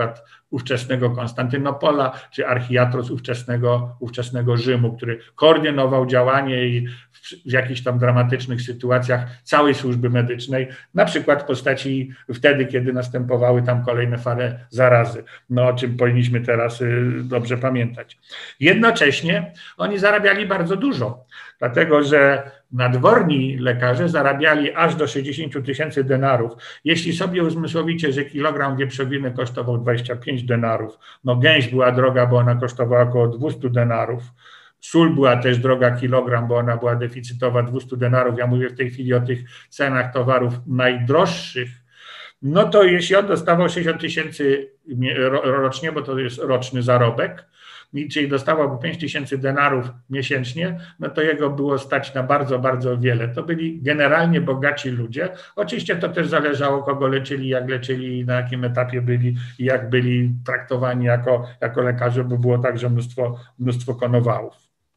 ówczesnego Konstantynopola, czy archiatros ówczesnego, ówczesnego Rzymu, który koordynował działanie i w jakichś tam dramatycznych sytuacjach całej służby medycznej, na przykład w postaci wtedy, kiedy następowały tam kolejne fale zarazy, no o czym powinniśmy teraz dobrze pamiętać. Jednocześnie oni zarabiali bardzo dużo, dlatego że nadworni lekarze zarabiali aż do sześćdziesiąt tysięcy denarów. Jeśli sobie uzmysłowicie, że kilogram wieprzowiny kosztował dwadzieścia pięć denarów, no gęś była droga, bo ona kosztowała około dwieście denarów, sól była też droga kilogram, bo ona była deficytowa, dwieście denarów. Ja mówię w tej chwili o tych cenach towarów najdroższych. No to jeśli on dostawał sześćdziesiąt tysięcy rocznie, bo to jest roczny zarobek, czyli dostawał pięć tysięcy denarów miesięcznie, no to jego było stać na bardzo, bardzo wiele. To byli generalnie bogaci ludzie. Oczywiście to też zależało, kogo leczyli, jak leczyli, na jakim etapie byli i jak byli traktowani jako, jako lekarze, bo było także mnóstwo, mnóstwo konowałów.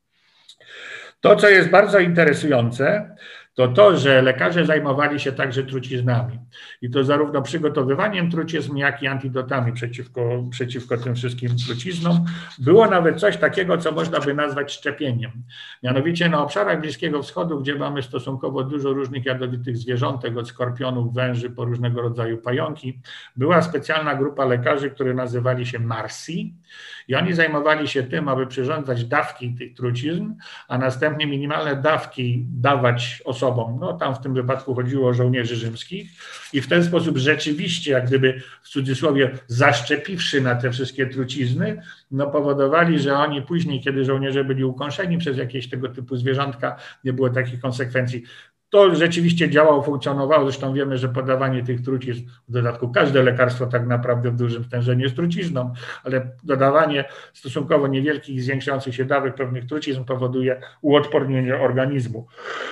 To, co jest bardzo interesujące, to to, że lekarze zajmowali się także truciznami. I to zarówno przygotowywaniem trucizn, jak i antidotami przeciwko, przeciwko tym wszystkim truciznom. Było nawet coś takiego, co można by nazwać szczepieniem. Mianowicie na obszarach Bliskiego Wschodu, gdzie mamy stosunkowo dużo różnych jadowitych zwierzątek, od skorpionów, węży, po różnego rodzaju pająki, była specjalna grupa lekarzy, którzy nazywali się Marsi. I oni zajmowali się tym, aby przyrządzać dawki tych trucizn, a następnie minimalne dawki dawać osobom. No tam w tym wypadku chodziło o żołnierzy rzymskich i w ten sposób rzeczywiście, jak gdyby w cudzysłowie zaszczepiwszy na te wszystkie trucizny, no powodowali, że oni później, kiedy żołnierze byli ukąszeni przez jakieś tego typu zwierzątka, nie było takich konsekwencji. To rzeczywiście działało, funkcjonowało, zresztą wiemy, że podawanie tych trucizn, w dodatku każde lekarstwo tak naprawdę w dużym stężeniu jest trucizną, ale dodawanie stosunkowo niewielkich, zwiększających się dawek pewnych trucizn powoduje uodpornienie organizmu.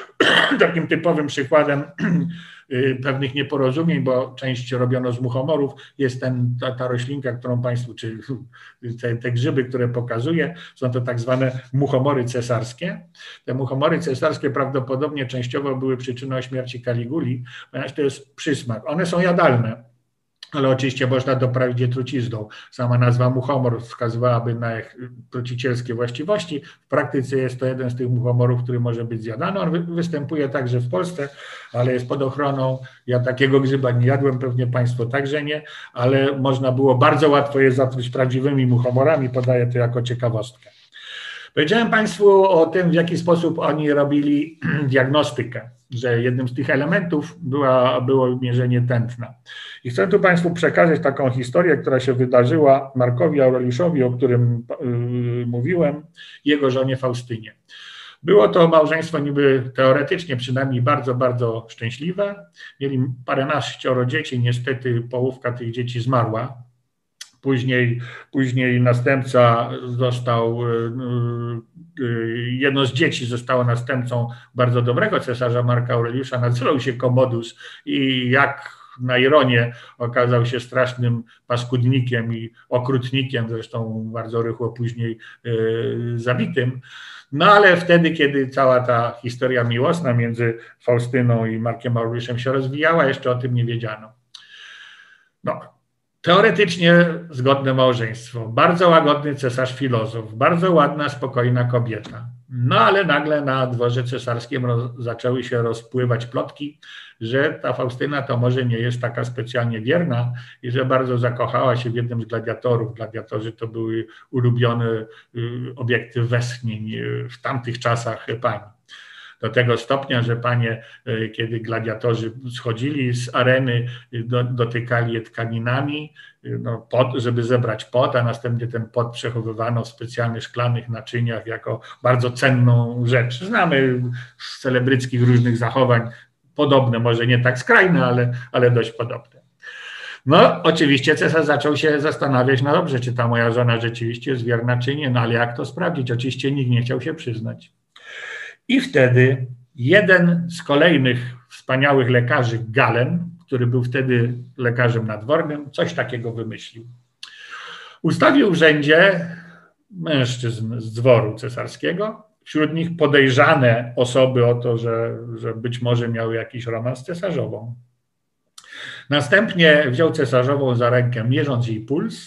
Takim typowym przykładem pewnych nieporozumień, bo część robiono z muchomorów, jest ten, ta, ta roślinka, którą Państwu, czy te, te grzyby, które pokazuję, są to tak zwane muchomory cesarskie. Te muchomory cesarskie prawdopodobnie częściowo były przyczyną śmierci Kaliguli, ponieważ to jest przysmak. One są jadalne, ale oczywiście można doprawić je trucizną. Sama nazwa muchomor wskazywałaby na ich trucicielskie właściwości. W praktyce jest to jeden z tych muchomorów, który może być zjadany. On występuje także w Polsce, ale jest pod ochroną. Ja takiego grzyba nie jadłem, pewnie Państwo także nie, ale można było bardzo łatwo je zatruć prawdziwymi muchomorami. Podaję to jako ciekawostkę. Powiedziałem Państwu o tym, w jaki sposób oni robili diagnostykę, że jednym z tych elementów była, było mierzenie tętna. I chcę tu Państwu przekazać taką historię, która się wydarzyła Markowi Aureliuszowi, o którym yy, mówiłem, jego żonie Faustynie. Było to małżeństwo niby teoretycznie przynajmniej bardzo, bardzo szczęśliwe. Mieli paręnaścioro dzieci, niestety połówka tych dzieci zmarła. Później, później następca został, jedno z dzieci zostało następcą bardzo dobrego cesarza Marka Aureliusza, nazywał się Commodus i jak na ironię okazał się strasznym paskudnikiem i okrutnikiem, zresztą bardzo rychło później zabitym. No ale wtedy, kiedy cała ta historia miłosna między Faustyną i Markiem Aureliuszem się rozwijała, jeszcze o tym nie wiedziano. No. Teoretycznie zgodne małżeństwo, bardzo łagodny cesarz filozof, bardzo ładna, spokojna kobieta. No ale nagle na dworze cesarskim roz, zaczęły się rozpływać plotki, że ta Faustyna to może nie jest taka specjalnie wierna i że bardzo zakochała się w jednym z gladiatorów. Gladiatorzy to były ulubione y, obiekty westchnień w tamtych czasach pań. Do tego stopnia, że panie, kiedy gladiatorzy schodzili z areny, do, dotykali je tkaninami, no, pot, żeby zebrać pot, a następnie ten pot przechowywano w specjalnych szklanych naczyniach jako bardzo cenną rzecz. Znamy z celebryckich różnych zachowań podobne, może nie tak skrajne, ale, ale dość podobne. No oczywiście cesarz zaczął się zastanawiać, no dobrze, czy ta moja żona rzeczywiście jest wierna, czy nie, no ale jak to sprawdzić? Oczywiście nikt nie chciał się przyznać. I wtedy jeden z kolejnych wspaniałych lekarzy, Galen, który był wtedy lekarzem nadwornym, coś takiego wymyślił. Ustawił w rzędzie mężczyzn z dworu cesarskiego, wśród nich podejrzane osoby o to, że, że być może miały jakiś romans z cesarzową. Następnie wziął cesarzową za rękę, mierząc jej puls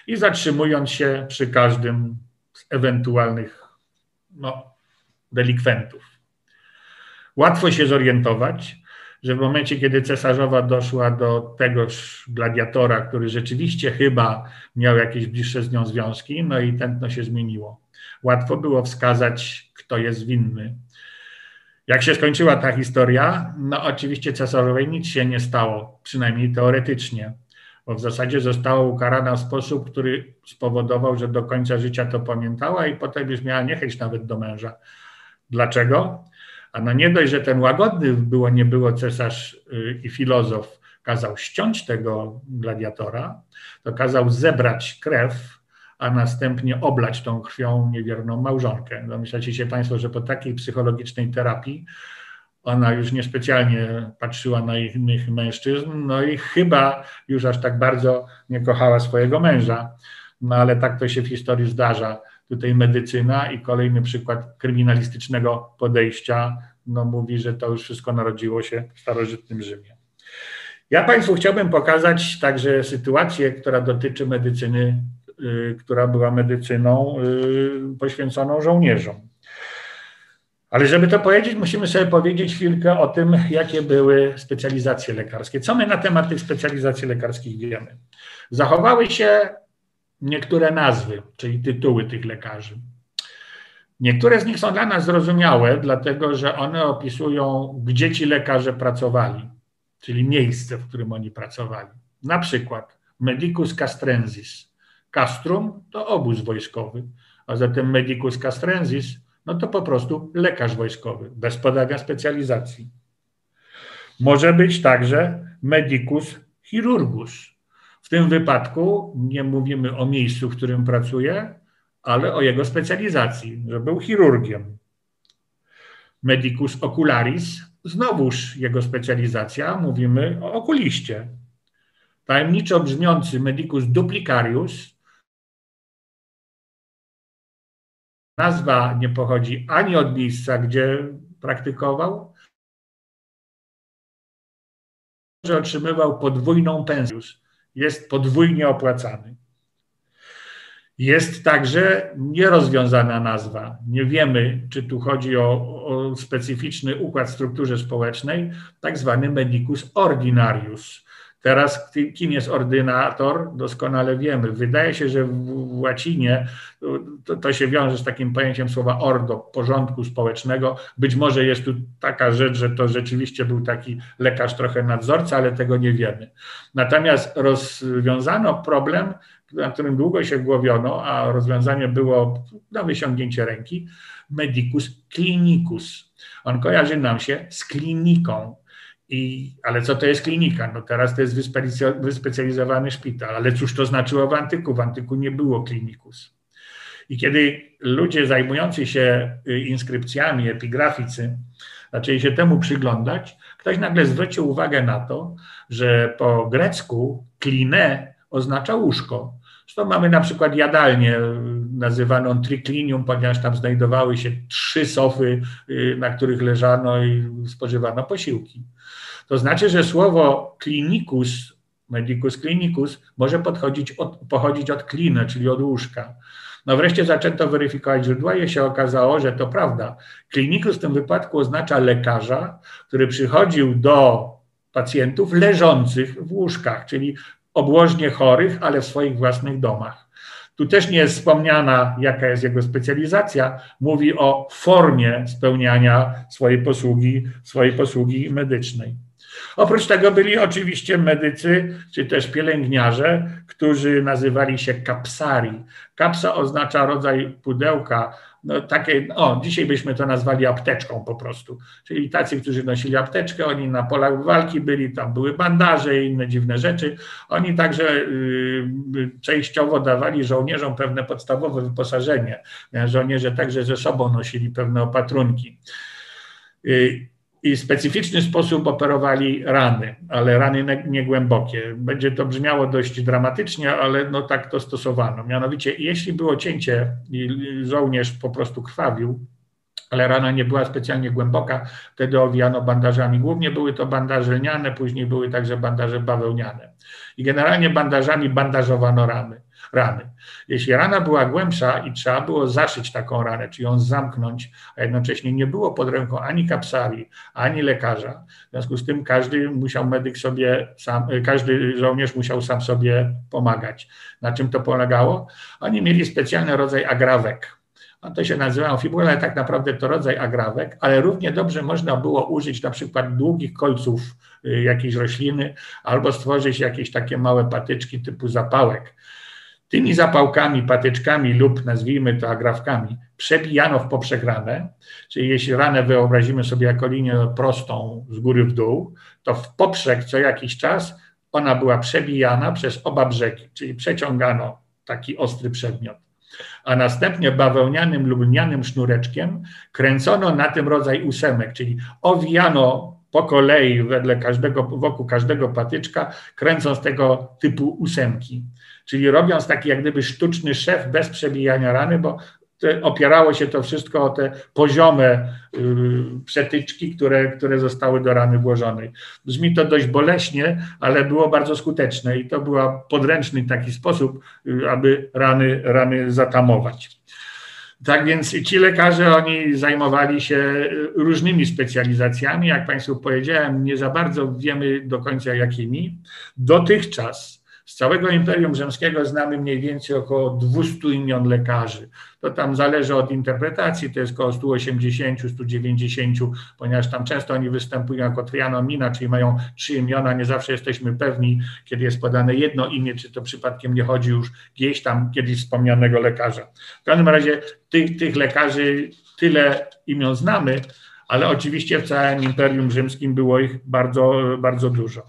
i zatrzymując się przy każdym z ewentualnych no, delikwentów. Łatwo się zorientować, że w momencie, kiedy cesarzowa doszła do tegoż gladiatora, który rzeczywiście chyba miał jakieś bliższe z nią związki, no i tętno się zmieniło. Łatwo było wskazać, kto jest winny. Jak się skończyła ta historia? No oczywiście cesarzowej nic się nie stało, przynajmniej teoretycznie, bo w zasadzie została ukarana w sposób, który spowodował, że do końca życia to pamiętała i potem już miała niechęć nawet do męża. Dlaczego? A no nie dość, że ten łagodny było nie było cesarz i filozof kazał ściąć tego gladiatora, to kazał zebrać krew, a następnie oblać tą krwią niewierną małżonkę. Domyślacie się Państwo, że po takiej psychologicznej terapii ona już niespecjalnie patrzyła na innych mężczyzn, no i chyba już aż tak bardzo nie kochała swojego męża. No ale tak to się w historii zdarza. Tutaj medycyna i kolejny przykład kryminalistycznego podejścia no, mówi, że to już wszystko narodziło się w starożytnym Rzymie. Ja Państwu chciałbym pokazać także sytuację, która dotyczy medycyny, y, która była medycyną y, poświęconą żołnierzom. Ale żeby to powiedzieć, musimy sobie powiedzieć chwilkę o tym, jakie były specjalizacje lekarskie. Co my na temat tych specjalizacji lekarskich wiemy? Zachowały się niektóre nazwy, czyli tytuły tych lekarzy. Niektóre z nich są dla nas zrozumiałe, dlatego że one opisują, gdzie ci lekarze pracowali, czyli miejsce, w którym oni pracowali. Na przykład medicus castrensis. Castrum to obóz wojskowy, a zatem medicus castrensis no to po prostu lekarz wojskowy, bez podania specjalizacji. Może być także medicus chirurgus. W tym wypadku nie mówimy o miejscu, w którym pracuje, ale o jego specjalizacji, że był chirurgiem. Medicus ocularis, znowuż jego specjalizacja, mówimy o okuliście. Tajemniczo brzmiący medicus duplicarius, nazwa nie pochodzi ani od miejsca, gdzie praktykował, że otrzymywał podwójną pensję, jest podwójnie opłacany. Jest także nierozwiązana nazwa. Nie wiemy, czy tu chodzi o, o specyficzny układ w strukturze społecznej, tak zwany medicus ordinarius. Teraz kim jest ordynator, doskonale wiemy. Wydaje się, że w łacinie to, to się wiąże z takim pojęciem słowa ordo, porządku społecznego. Być może jest tu taka rzecz, że to rzeczywiście był taki lekarz trochę nadzorca, ale tego nie wiemy. Natomiast rozwiązano problem, na którym długo się głowiono, a rozwiązanie było na wyciągnięcie ręki, medicus clinicus. On kojarzy nam się z kliniką. I, ale co to jest klinika? No teraz to jest wyspecjalizowany szpital, ale cóż to znaczyło w antyku? W antyku nie było klinikus. I kiedy ludzie zajmujący się inskrypcjami, epigraficy zaczęli się temu przyglądać, ktoś nagle zwrócił uwagę na to, że po grecku kline oznacza łóżko. Zresztą mamy na przykład jadalnię nazywaną triclinium, ponieważ tam znajdowały się trzy sofy, na których leżano i spożywano posiłki. To znaczy, że słowo clinicus, medicus clinicus może podchodzić od, pochodzić od kliny, czyli od łóżka. No wreszcie zaczęto weryfikować źródła i się okazało, że to prawda. Clinicus w tym wypadku oznacza lekarza, który przychodził do pacjentów leżących w łóżkach, czyli obłożnie chorych, ale w swoich własnych domach. Tu też nie jest wspomniana, jaka jest jego specjalizacja. Mówi o formie spełniania swojej posługi, swojej posługi medycznej. Oprócz tego byli oczywiście medycy, czy też pielęgniarze, którzy nazywali się kapsari. Kapsa oznacza rodzaj pudełka, no takie, o, dzisiaj byśmy to nazwali apteczką po prostu. Czyli tacy, którzy nosili apteczkę, oni na polach walki byli, tam były bandaże i inne dziwne rzeczy. Oni także y, częściowo dawali żołnierzom pewne podstawowe wyposażenie. Żołnierze także ze sobą nosili pewne opatrunki. Y, I w specyficzny sposób operowali rany, ale rany niegłębokie. Będzie to brzmiało dość dramatycznie, ale no tak to stosowano. Mianowicie, jeśli było cięcie i żołnierz po prostu krwawił, ale rana nie była specjalnie głęboka, wtedy owijano bandażami. Głównie były to bandaże lniane, później były także bandaże bawełniane. I generalnie bandażami bandażowano rany. rany. Jeśli rana była głębsza i trzeba było zaszyć taką ranę, czy ją zamknąć, a jednocześnie nie było pod ręką ani kapsari, ani lekarza, w związku z tym każdy musiał medyk sobie sam, każdy żołnierz musiał sam sobie pomagać. Na czym to polegało? Oni mieli specjalny rodzaj agrawek. To się nazywało fibula, ale tak naprawdę to rodzaj agrawek, ale równie dobrze można było użyć na przykład długich kolców jakiejś rośliny albo stworzyć jakieś takie małe patyczki typu zapałek. Tymi zapałkami, patyczkami lub nazwijmy to agrawkami przebijano w poprzek ranę, czyli jeśli ranę wyobrazimy sobie jako linię prostą z góry w dół, to w poprzek co jakiś czas ona była przebijana przez oba brzegi, czyli przeciągano taki ostry przedmiot. A następnie bawełnianym lub lnianym sznureczkiem kręcono na tym rodzaj ósemek, czyli owijano po kolei wedle każdego, wokół każdego patyczka, kręcąc tego typu ósemki. Czyli robiąc taki jak gdyby sztuczny szef bez przebijania rany, bo opierało się to wszystko o te poziome y, przetyczki, które, które zostały do rany włożone. Brzmi to dość boleśnie, ale było bardzo skuteczne i to był podręczny taki sposób, y, aby rany, rany zatamować. Tak więc ci lekarze, oni zajmowali się różnymi specjalizacjami, jak Państwu powiedziałem, nie za bardzo wiemy do końca jakimi. Dotychczas z całego Imperium Rzymskiego znamy mniej więcej około dwieście imion lekarzy. To tam zależy od interpretacji, to jest około sto osiemdziesiąt do stu dziewięćdziesięciu, ponieważ tam często oni występują jako trianomina, czyli mają trzy imiona, nie zawsze jesteśmy pewni, kiedy jest podane jedno imię, czy to przypadkiem nie chodzi już gdzieś tam kiedyś wspomnianego lekarza. W każdym razie tych, tych lekarzy tyle imion znamy, ale oczywiście w całym Imperium Rzymskim było ich bardzo, bardzo dużo.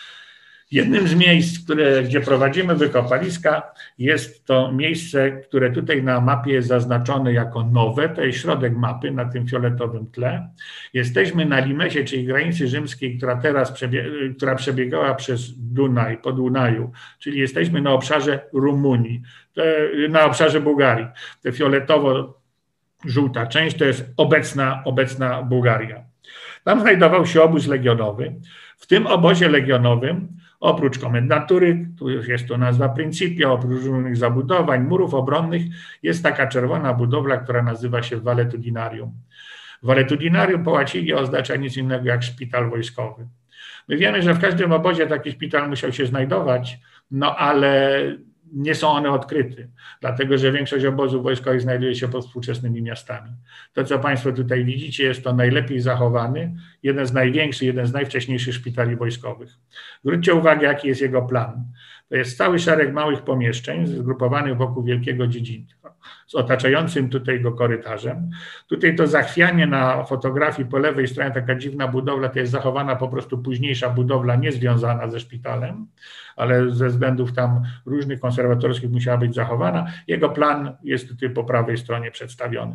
Jednym z miejsc, które, gdzie prowadzimy wykopaliska, jest to miejsce, które tutaj na mapie jest zaznaczone jako nowe, to jest środek mapy na tym fioletowym tle. Jesteśmy na Limesie, czyli granicy rzymskiej, która teraz przebie która przebiegała przez Dunaj, po Dunaju, czyli jesteśmy na obszarze Rumunii, na obszarze Bułgarii. Te fioletowo-żółta część to jest obecna, obecna Bułgaria. Tam znajdował się obóz legionowy. W tym obozie legionowym oprócz komendatury, tu już jest to nazwa Principia, oprócz różnych zabudowań, murów obronnych, jest taka czerwona budowla, która nazywa się Valetudinarium. Valetudinarium po łacinie oznacza nic innego jak szpital wojskowy. My wiemy, że w każdym obozie taki szpital musiał się znajdować, no ale nie są one odkryte, dlatego że większość obozów wojskowych znajduje się pod współczesnymi miastami. To, co Państwo tutaj widzicie, jest to najlepiej zachowany, jeden z największych, jeden z najwcześniejszych szpitali wojskowych. Zwróćcie uwagę, jaki jest jego plan. To jest cały szereg małych pomieszczeń zgrupowanych wokół wielkiego dziedzictwa, z otaczającym tutaj go korytarzem. Tutaj to zachwianie na fotografii po lewej stronie, taka dziwna budowla, to jest zachowana po prostu późniejsza budowla niezwiązana ze szpitalem, ale ze względów tam różnych konserwatorskich musiała być zachowana. Jego plan jest tutaj po prawej stronie przedstawiony.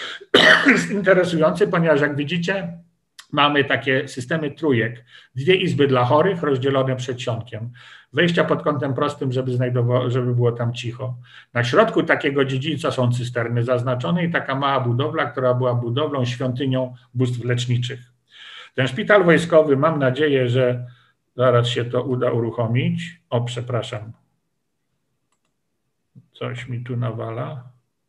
Jest interesujący, ponieważ jak widzicie, mamy takie systemy trójek. Dwie izby dla chorych rozdzielone przedsionkiem. Wejścia pod kątem prostym, żeby, znajdowało, żeby było tam cicho. Na środku takiego dziedzińca są cysterny zaznaczone i taka mała budowla, która była budowlą, świątynią bóstw leczniczych. Ten szpital wojskowy, mam nadzieję, że zaraz się to uda uruchomić. O, przepraszam. Coś mi tu nawala.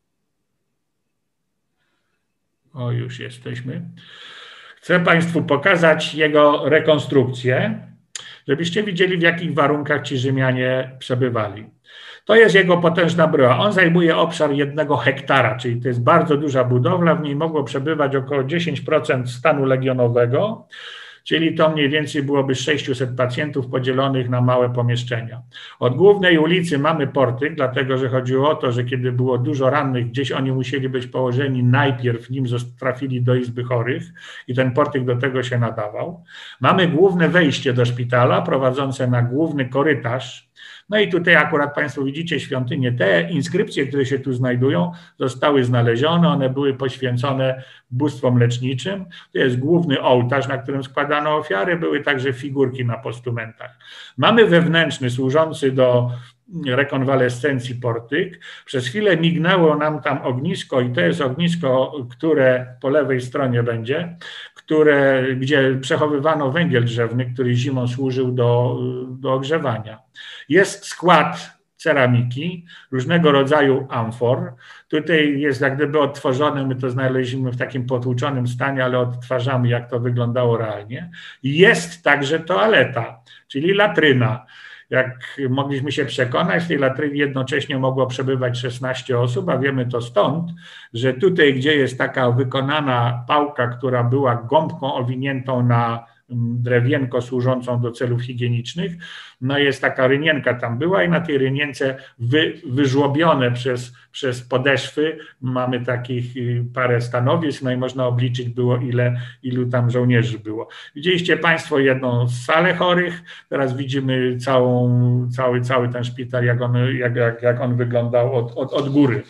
O, już jesteśmy. Chcę Państwu pokazać jego rekonstrukcję, żebyście widzieli, w jakich warunkach ci Rzymianie przebywali. To jest jego potężna bryła. On zajmuje obszar jednego hektara, czyli to jest bardzo duża budowla. W niej mogło przebywać około dziesięć procent stanu legionowego, czyli to mniej więcej byłoby sześciuset pacjentów podzielonych na małe pomieszczenia. Od głównej ulicy mamy portyk, dlatego że chodziło o to, że kiedy było dużo rannych, gdzieś oni musieli być położeni najpierw, nim trafili do izby chorych i ten portyk do tego się nadawał. Mamy główne wejście do szpitala prowadzące na główny korytarz. No i tutaj akurat Państwo widzicie świątynię. Te inskrypcje, które się tu znajdują, zostały znalezione. One były poświęcone bóstwom leczniczym. To jest główny ołtarz, na którym składano ofiary. Były także figurki na postumentach. Mamy wewnętrzny, służący do rekonwalescencji portyk. Przez chwilę mignęło nam tam ognisko i to jest ognisko, które po lewej stronie będzie, które, gdzie przechowywano węgiel drzewny, który zimą służył do, do ogrzewania. Jest skład ceramiki, różnego rodzaju amfor. Tutaj jest jak gdyby odtworzone, my to znaleźliśmy w takim potłuczonym stanie, ale odtwarzamy, jak to wyglądało realnie. Jest także toaleta, czyli latryna. Jak mogliśmy się przekonać, w tej latrynie jednocześnie mogło przebywać szesnaście osób, a wiemy to stąd, że tutaj, gdzie jest taka wykonana pałka, która była gąbką owiniętą na drewienko służącą do celów higienicznych, no jest taka rynienka tam była i na tej rynience wy, wyżłobione przez, przez podeszwy mamy takich parę stanowisk, no i można obliczyć było, ile, ilu tam żołnierzy było. Widzieliście Państwo jedną salę chorych, teraz widzimy całą, cały, cały ten szpital, jak on, jak, jak, jak on wyglądał od, od, od góry.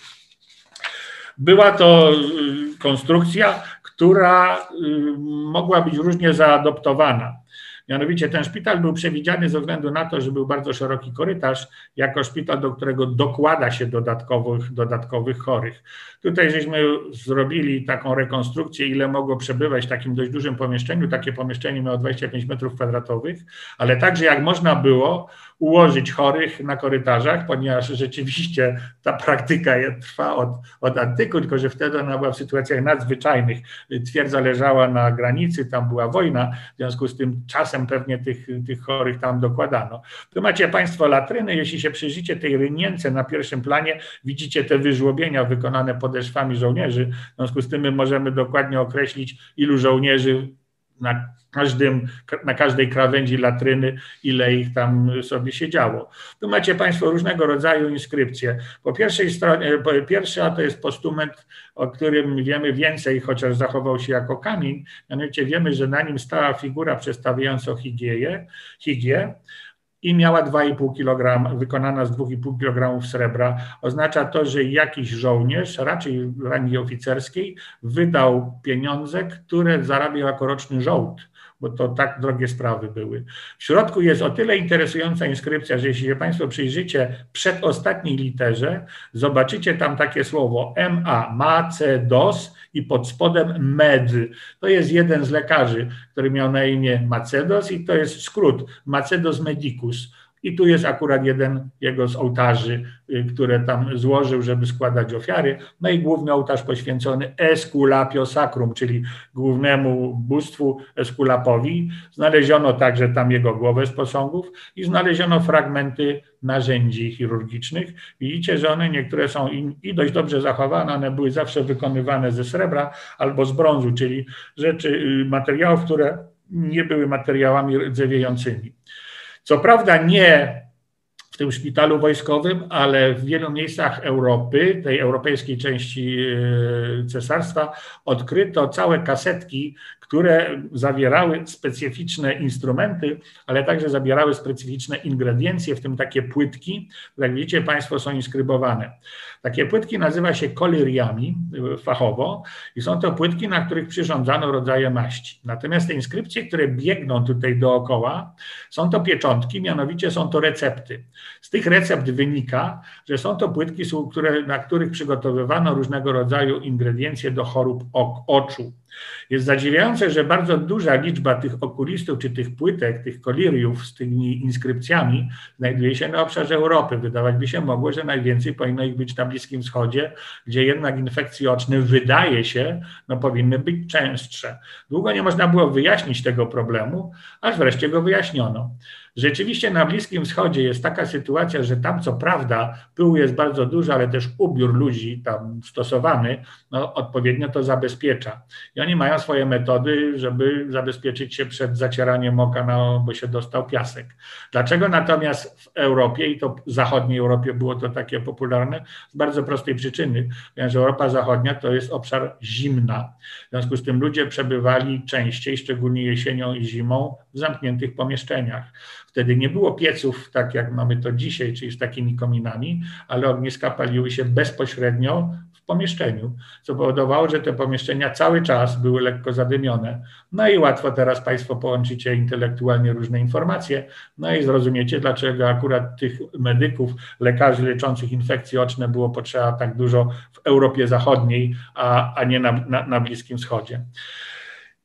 Była to konstrukcja, która mogła być różnie zaadoptowana. Mianowicie ten szpital był przewidziany ze względu na to, że był bardzo szeroki korytarz, jako szpital, do którego dokłada się dodatkowych, dodatkowych chorych. Tutaj żeśmy zrobili taką rekonstrukcję, ile mogło przebywać w takim dość dużym pomieszczeniu. Takie pomieszczenie miało dwadzieścia pięć metrów kwadratowych, ale także jak można było ułożyć chorych na korytarzach, ponieważ rzeczywiście ta praktyka trwa od, od antyku, tylko że wtedy ona była w sytuacjach nadzwyczajnych. Twierdza leżała na granicy, tam była wojna, w związku z tym czasem pewnie tych, tych chorych tam dokładano. Tu macie Państwo latryny, jeśli się przyjrzycie tej rynience na pierwszym planie, widzicie te wyżłobienia wykonane podeszwami żołnierzy, w związku z tym my możemy dokładnie określić, ilu żołnierzy na każdym, na każdej krawędzi latryny, ile ich tam sobie siedziało. Tu macie Państwo różnego rodzaju inskrypcje. Po pierwszej stronie, po pierwsza to jest postument, o którym wiemy więcej, chociaż zachował się jako kamień, mianowicie wiemy, że na nim stała figura przedstawiająca Hygieję, Hygię, i miała dwa i pół kilograma, wykonana z dwóch i pół kilogramów srebra. Oznacza to, że jakiś żołnierz, raczej rangi oficerskiej, wydał pieniądze, które zarabiał jako roczny żołd, bo to tak drogie sprawy były. W środku jest o tyle interesująca inskrypcja, że jeśli się Państwo przyjrzycie przedostatniej literze, zobaczycie tam takie słowo M A, Macedos, i pod spodem Med. To jest jeden z lekarzy, który miał na imię Macedos i to jest skrót Macedos Medicus. I tu jest akurat jeden jego z ołtarzy, które tam złożył, żeby składać ofiary. No i główny ołtarz poświęcony Esculapio Sacrum, czyli głównemu bóstwu Esculapowi. Znaleziono także tam jego głowę z posągów i znaleziono fragmenty narzędzi chirurgicznych. Widzicie, że one niektóre są i, i dość dobrze zachowane, one były zawsze wykonywane ze srebra albo z brązu, czyli rzeczy, materiałów, które nie były materiałami rdzewiejącymi. Co prawda nie w tym szpitalu wojskowym, ale w wielu miejscach Europy, tej europejskiej części cesarstwa, odkryto całe kasetki, które zawierały specyficzne instrumenty, ale także zawierały specyficzne ingrediencje, w tym takie płytki, które jak widzicie Państwo są inskrybowane. Takie płytki nazywa się koliriami fachowo i są to płytki, na których przyrządzano rodzaje maści. Natomiast te inskrypcje, które biegną tutaj dookoła, są to pieczątki, mianowicie są to recepty. Z tych recept wynika, że są to płytki, które, na których przygotowywano różnego rodzaju ingrediencje do chorób oczu. Jest zadziwiające, że bardzo duża liczba tych okulistów, czy tych płytek, tych koliriów z tymi inskrypcjami znajduje się na obszarze Europy. Wydawać by się mogło, że najwięcej powinno ich być na Bliskim Wschodzie, gdzie jednak infekcje oczne, wydaje się, no, powinny być częstsze. Długo nie można było wyjaśnić tego problemu, aż wreszcie go wyjaśniono. Rzeczywiście na Bliskim Wschodzie jest taka sytuacja, że tam co prawda pyłu jest bardzo dużo, ale też ubiór ludzi tam stosowany, no, odpowiednio to zabezpiecza. I oni mają swoje metody, żeby zabezpieczyć się przed zacieraniem oka, no, bo się dostał piasek. Dlaczego natomiast w Europie, i to w zachodniej Europie było to takie popularne? Z bardzo prostej przyczyny, ponieważ Europa Zachodnia to jest obszar zimna. W związku z tym ludzie przebywali częściej, szczególnie jesienią i zimą, w zamkniętych pomieszczeniach. Wtedy nie było pieców, tak jak mamy to dzisiaj, czyli z takimi kominami, ale ogniska paliły się bezpośrednio w pomieszczeniu, co powodowało, że te pomieszczenia cały czas były lekko zadymione. No i łatwo teraz Państwo połączycie intelektualnie różne informacje, no i zrozumiecie, dlaczego akurat tych medyków, lekarzy leczących infekcje oczne było potrzeba tak dużo w Europie Zachodniej, a, a nie na, na, na Bliskim Wschodzie.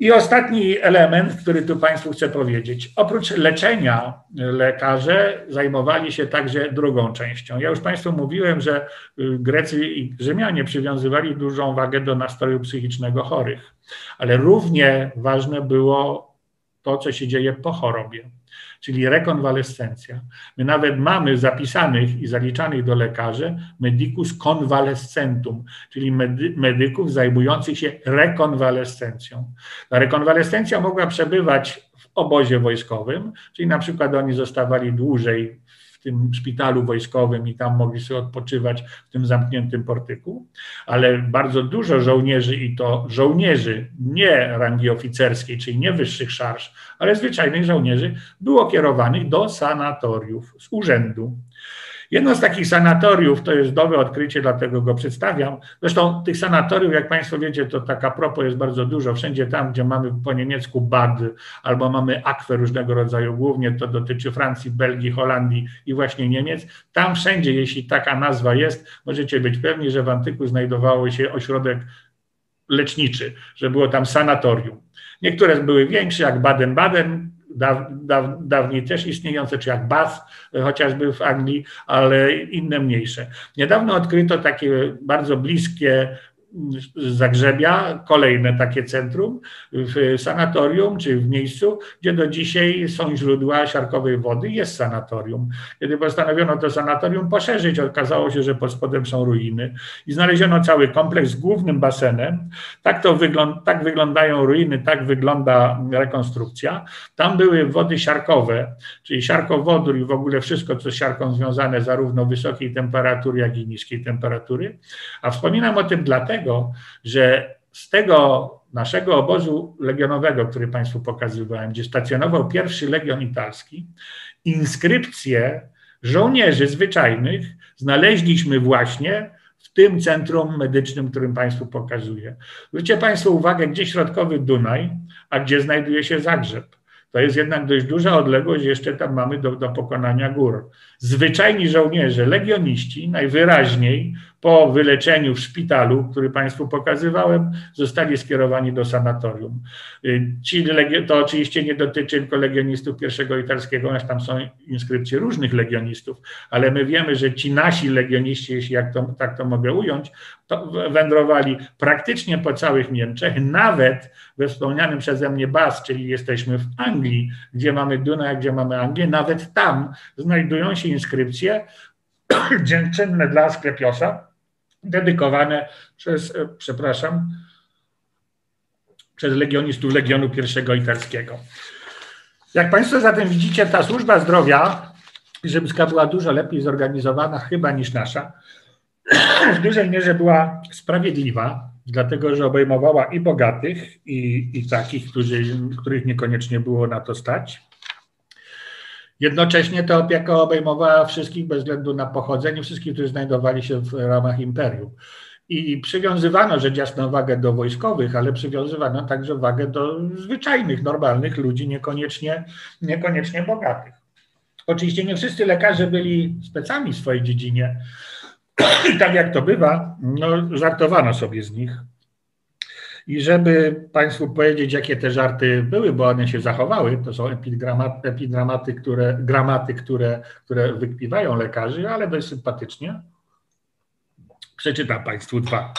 I ostatni element, który tu Państwu chcę powiedzieć. Oprócz leczenia lekarze zajmowali się także drugą częścią. Ja już Państwu mówiłem, że Grecy i Rzymianie przywiązywali dużą wagę do nastroju psychicznego chorych, ale równie ważne było to, co się dzieje po chorobie, czyli rekonwalescencja. My nawet mamy zapisanych i zaliczanych do lekarzy medicus convalescentum, czyli medy, medyków zajmujących się rekonwalescencją. Ta rekonwalescencja mogła przebywać w obozie wojskowym, czyli na przykład oni zostawali dłużej w tym szpitalu wojskowym i tam mogli sobie odpoczywać w tym zamkniętym portyku, ale bardzo dużo żołnierzy, i to żołnierzy nie rangi oficerskiej, czyli nie wyższych szarż, ale zwyczajnych żołnierzy, było kierowanych do sanatoriów z urzędu. Jedno z takich sanatoriów, to jest nowe odkrycie, dlatego go przedstawiam. Zresztą tych sanatoriów, jak Państwo wiecie, to tak a propos jest bardzo dużo. Wszędzie tam, gdzie mamy po niemiecku Bad albo mamy akwę różnego rodzaju, głównie to dotyczy Francji, Belgii, Holandii i właśnie Niemiec. Tam wszędzie, jeśli taka nazwa jest, możecie być pewni, że w antyku znajdowało się ośrodek leczniczy, że było tam sanatorium. Niektóre były większe, jak Baden-Baden, Daw, daw, dawniej też istniejące, czy jak Bath, chociażby w Anglii, ale inne mniejsze. Niedawno odkryto takie bardzo bliskie Zagrzebia, kolejne takie centrum w sanatorium, czy w miejscu, gdzie do dzisiaj są źródła siarkowej wody, jest sanatorium. Kiedy postanowiono to sanatorium poszerzyć, okazało się, że pod spodem są ruiny i znaleziono cały kompleks z głównym basenem. Tak to wygląda, tak wyglądają ruiny, tak wygląda rekonstrukcja. Tam były wody siarkowe, czyli siarkowodór i w ogóle wszystko, co z siarką związane, zarówno wysokiej temperatury, jak i niskiej temperatury. A wspominam o tym dlatego, że z tego naszego obozu legionowego, który Państwu pokazywałem, gdzie stacjonował pierwszy legion italski, inskrypcje żołnierzy zwyczajnych znaleźliśmy właśnie w tym centrum medycznym, którym Państwu pokazuję. Zwróćcie Państwo uwagę, gdzie środkowy Dunaj, a gdzie znajduje się Zagrzeb. To jest jednak dość duża odległość, jeszcze tam mamy do, do pokonania gór. Zwyczajni żołnierze, legioniści, najwyraźniej po wyleczeniu w szpitalu, który Państwu pokazywałem, zostali skierowani do sanatorium. Ci, to oczywiście nie dotyczy tylko legionistów pierwszego italskiego, aż tam są inskrypcje różnych legionistów, ale my wiemy, że ci nasi legioniści, jeśli jak to, tak to mogę ująć, to wędrowali praktycznie po całych Niemczech, nawet we wspomnianym przeze mnie Bath, czyli jesteśmy w Anglii, gdzie mamy Dunaj, gdzie mamy Anglię, nawet tam znajdują się inskrypcje dziękczynne dla Asklepiosa, dedykowane przez, przepraszam, przez legionistów Legionu pierwszego italskiego. Jak Państwo zatem widzicie, ta służba zdrowia rzymska była dużo lepiej zorganizowana chyba niż nasza. W dużej mierze była sprawiedliwa, dlatego że obejmowała i bogatych, i, i takich, którzy, których niekoniecznie było na to stać. Jednocześnie ta opieka obejmowała wszystkich bez względu na pochodzenie, wszystkich, którzy znajdowali się w ramach imperium. I przywiązywano rzecz jasna wagę do wojskowych, ale przywiązywano także wagę do zwyczajnych, normalnych ludzi, niekoniecznie, niekoniecznie bogatych. Oczywiście nie wszyscy lekarze byli specami w swojej dziedzinie. I tak jak to bywa, no, żartowano sobie z nich. I żeby Państwu powiedzieć, jakie te żarty były, bo one się zachowały, to są epigramaty, epigramaty które, gramaty, które, które wykpiwają lekarzy, ale dość sympatycznie. Przeczytam Państwu dwa.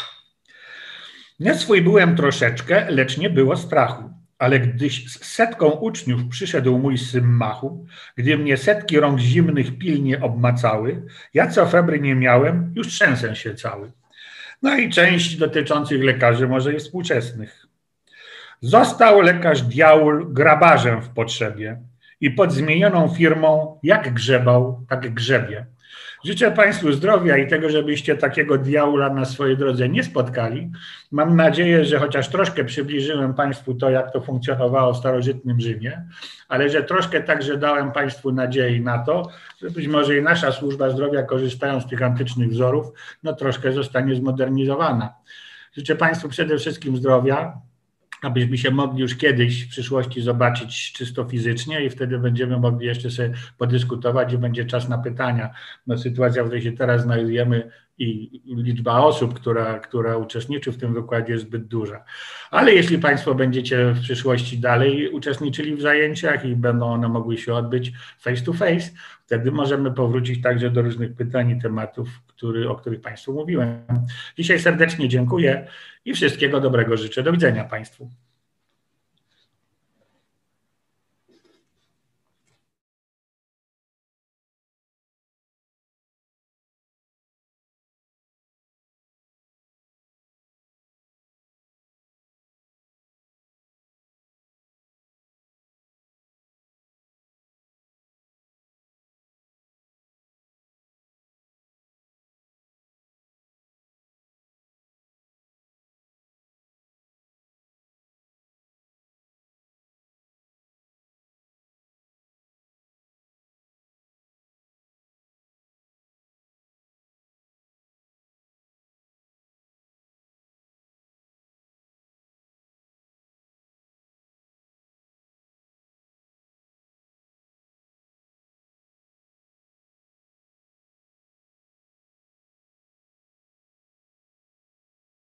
Nie swój byłem troszeczkę, lecz nie było strachu. Ale gdyś z setką uczniów przyszedł mój Symmachu, gdy mnie setki rąk zimnych pilnie obmacały, ja co febry nie miałem, już trzęsę się cały. No i część dotyczących lekarzy, może i współczesnych. Został lekarz diaul grabarzem w potrzebie i pod zmienioną firmą jak grzebał, tak grzebie. Życzę Państwu zdrowia i tego, żebyście takiego diaula na swojej drodze nie spotkali. Mam nadzieję, że chociaż troszkę przybliżyłem Państwu to, jak to funkcjonowało w starożytnym Rzymie, ale że troszkę także dałem Państwu nadziei na to, że być może i nasza służba zdrowia, korzystając z tych antycznych wzorów, no troszkę zostanie zmodernizowana. Życzę Państwu przede wszystkim zdrowia, abyśmy się mogli już kiedyś w przyszłości zobaczyć czysto fizycznie i wtedy będziemy mogli jeszcze sobie podyskutować i będzie czas na pytania. No, sytuacja, w której się teraz znajdujemy, i liczba osób, która, która uczestniczy w tym wykładzie jest zbyt duża. Ale jeśli Państwo będziecie w przyszłości dalej uczestniczyli w zajęciach i będą one mogły się odbyć face to face, wtedy możemy powrócić także do różnych pytań i tematów, który, o których Państwu mówiłem. Dzisiaj serdecznie dziękuję i wszystkiego dobrego życzę. Do widzenia Państwu.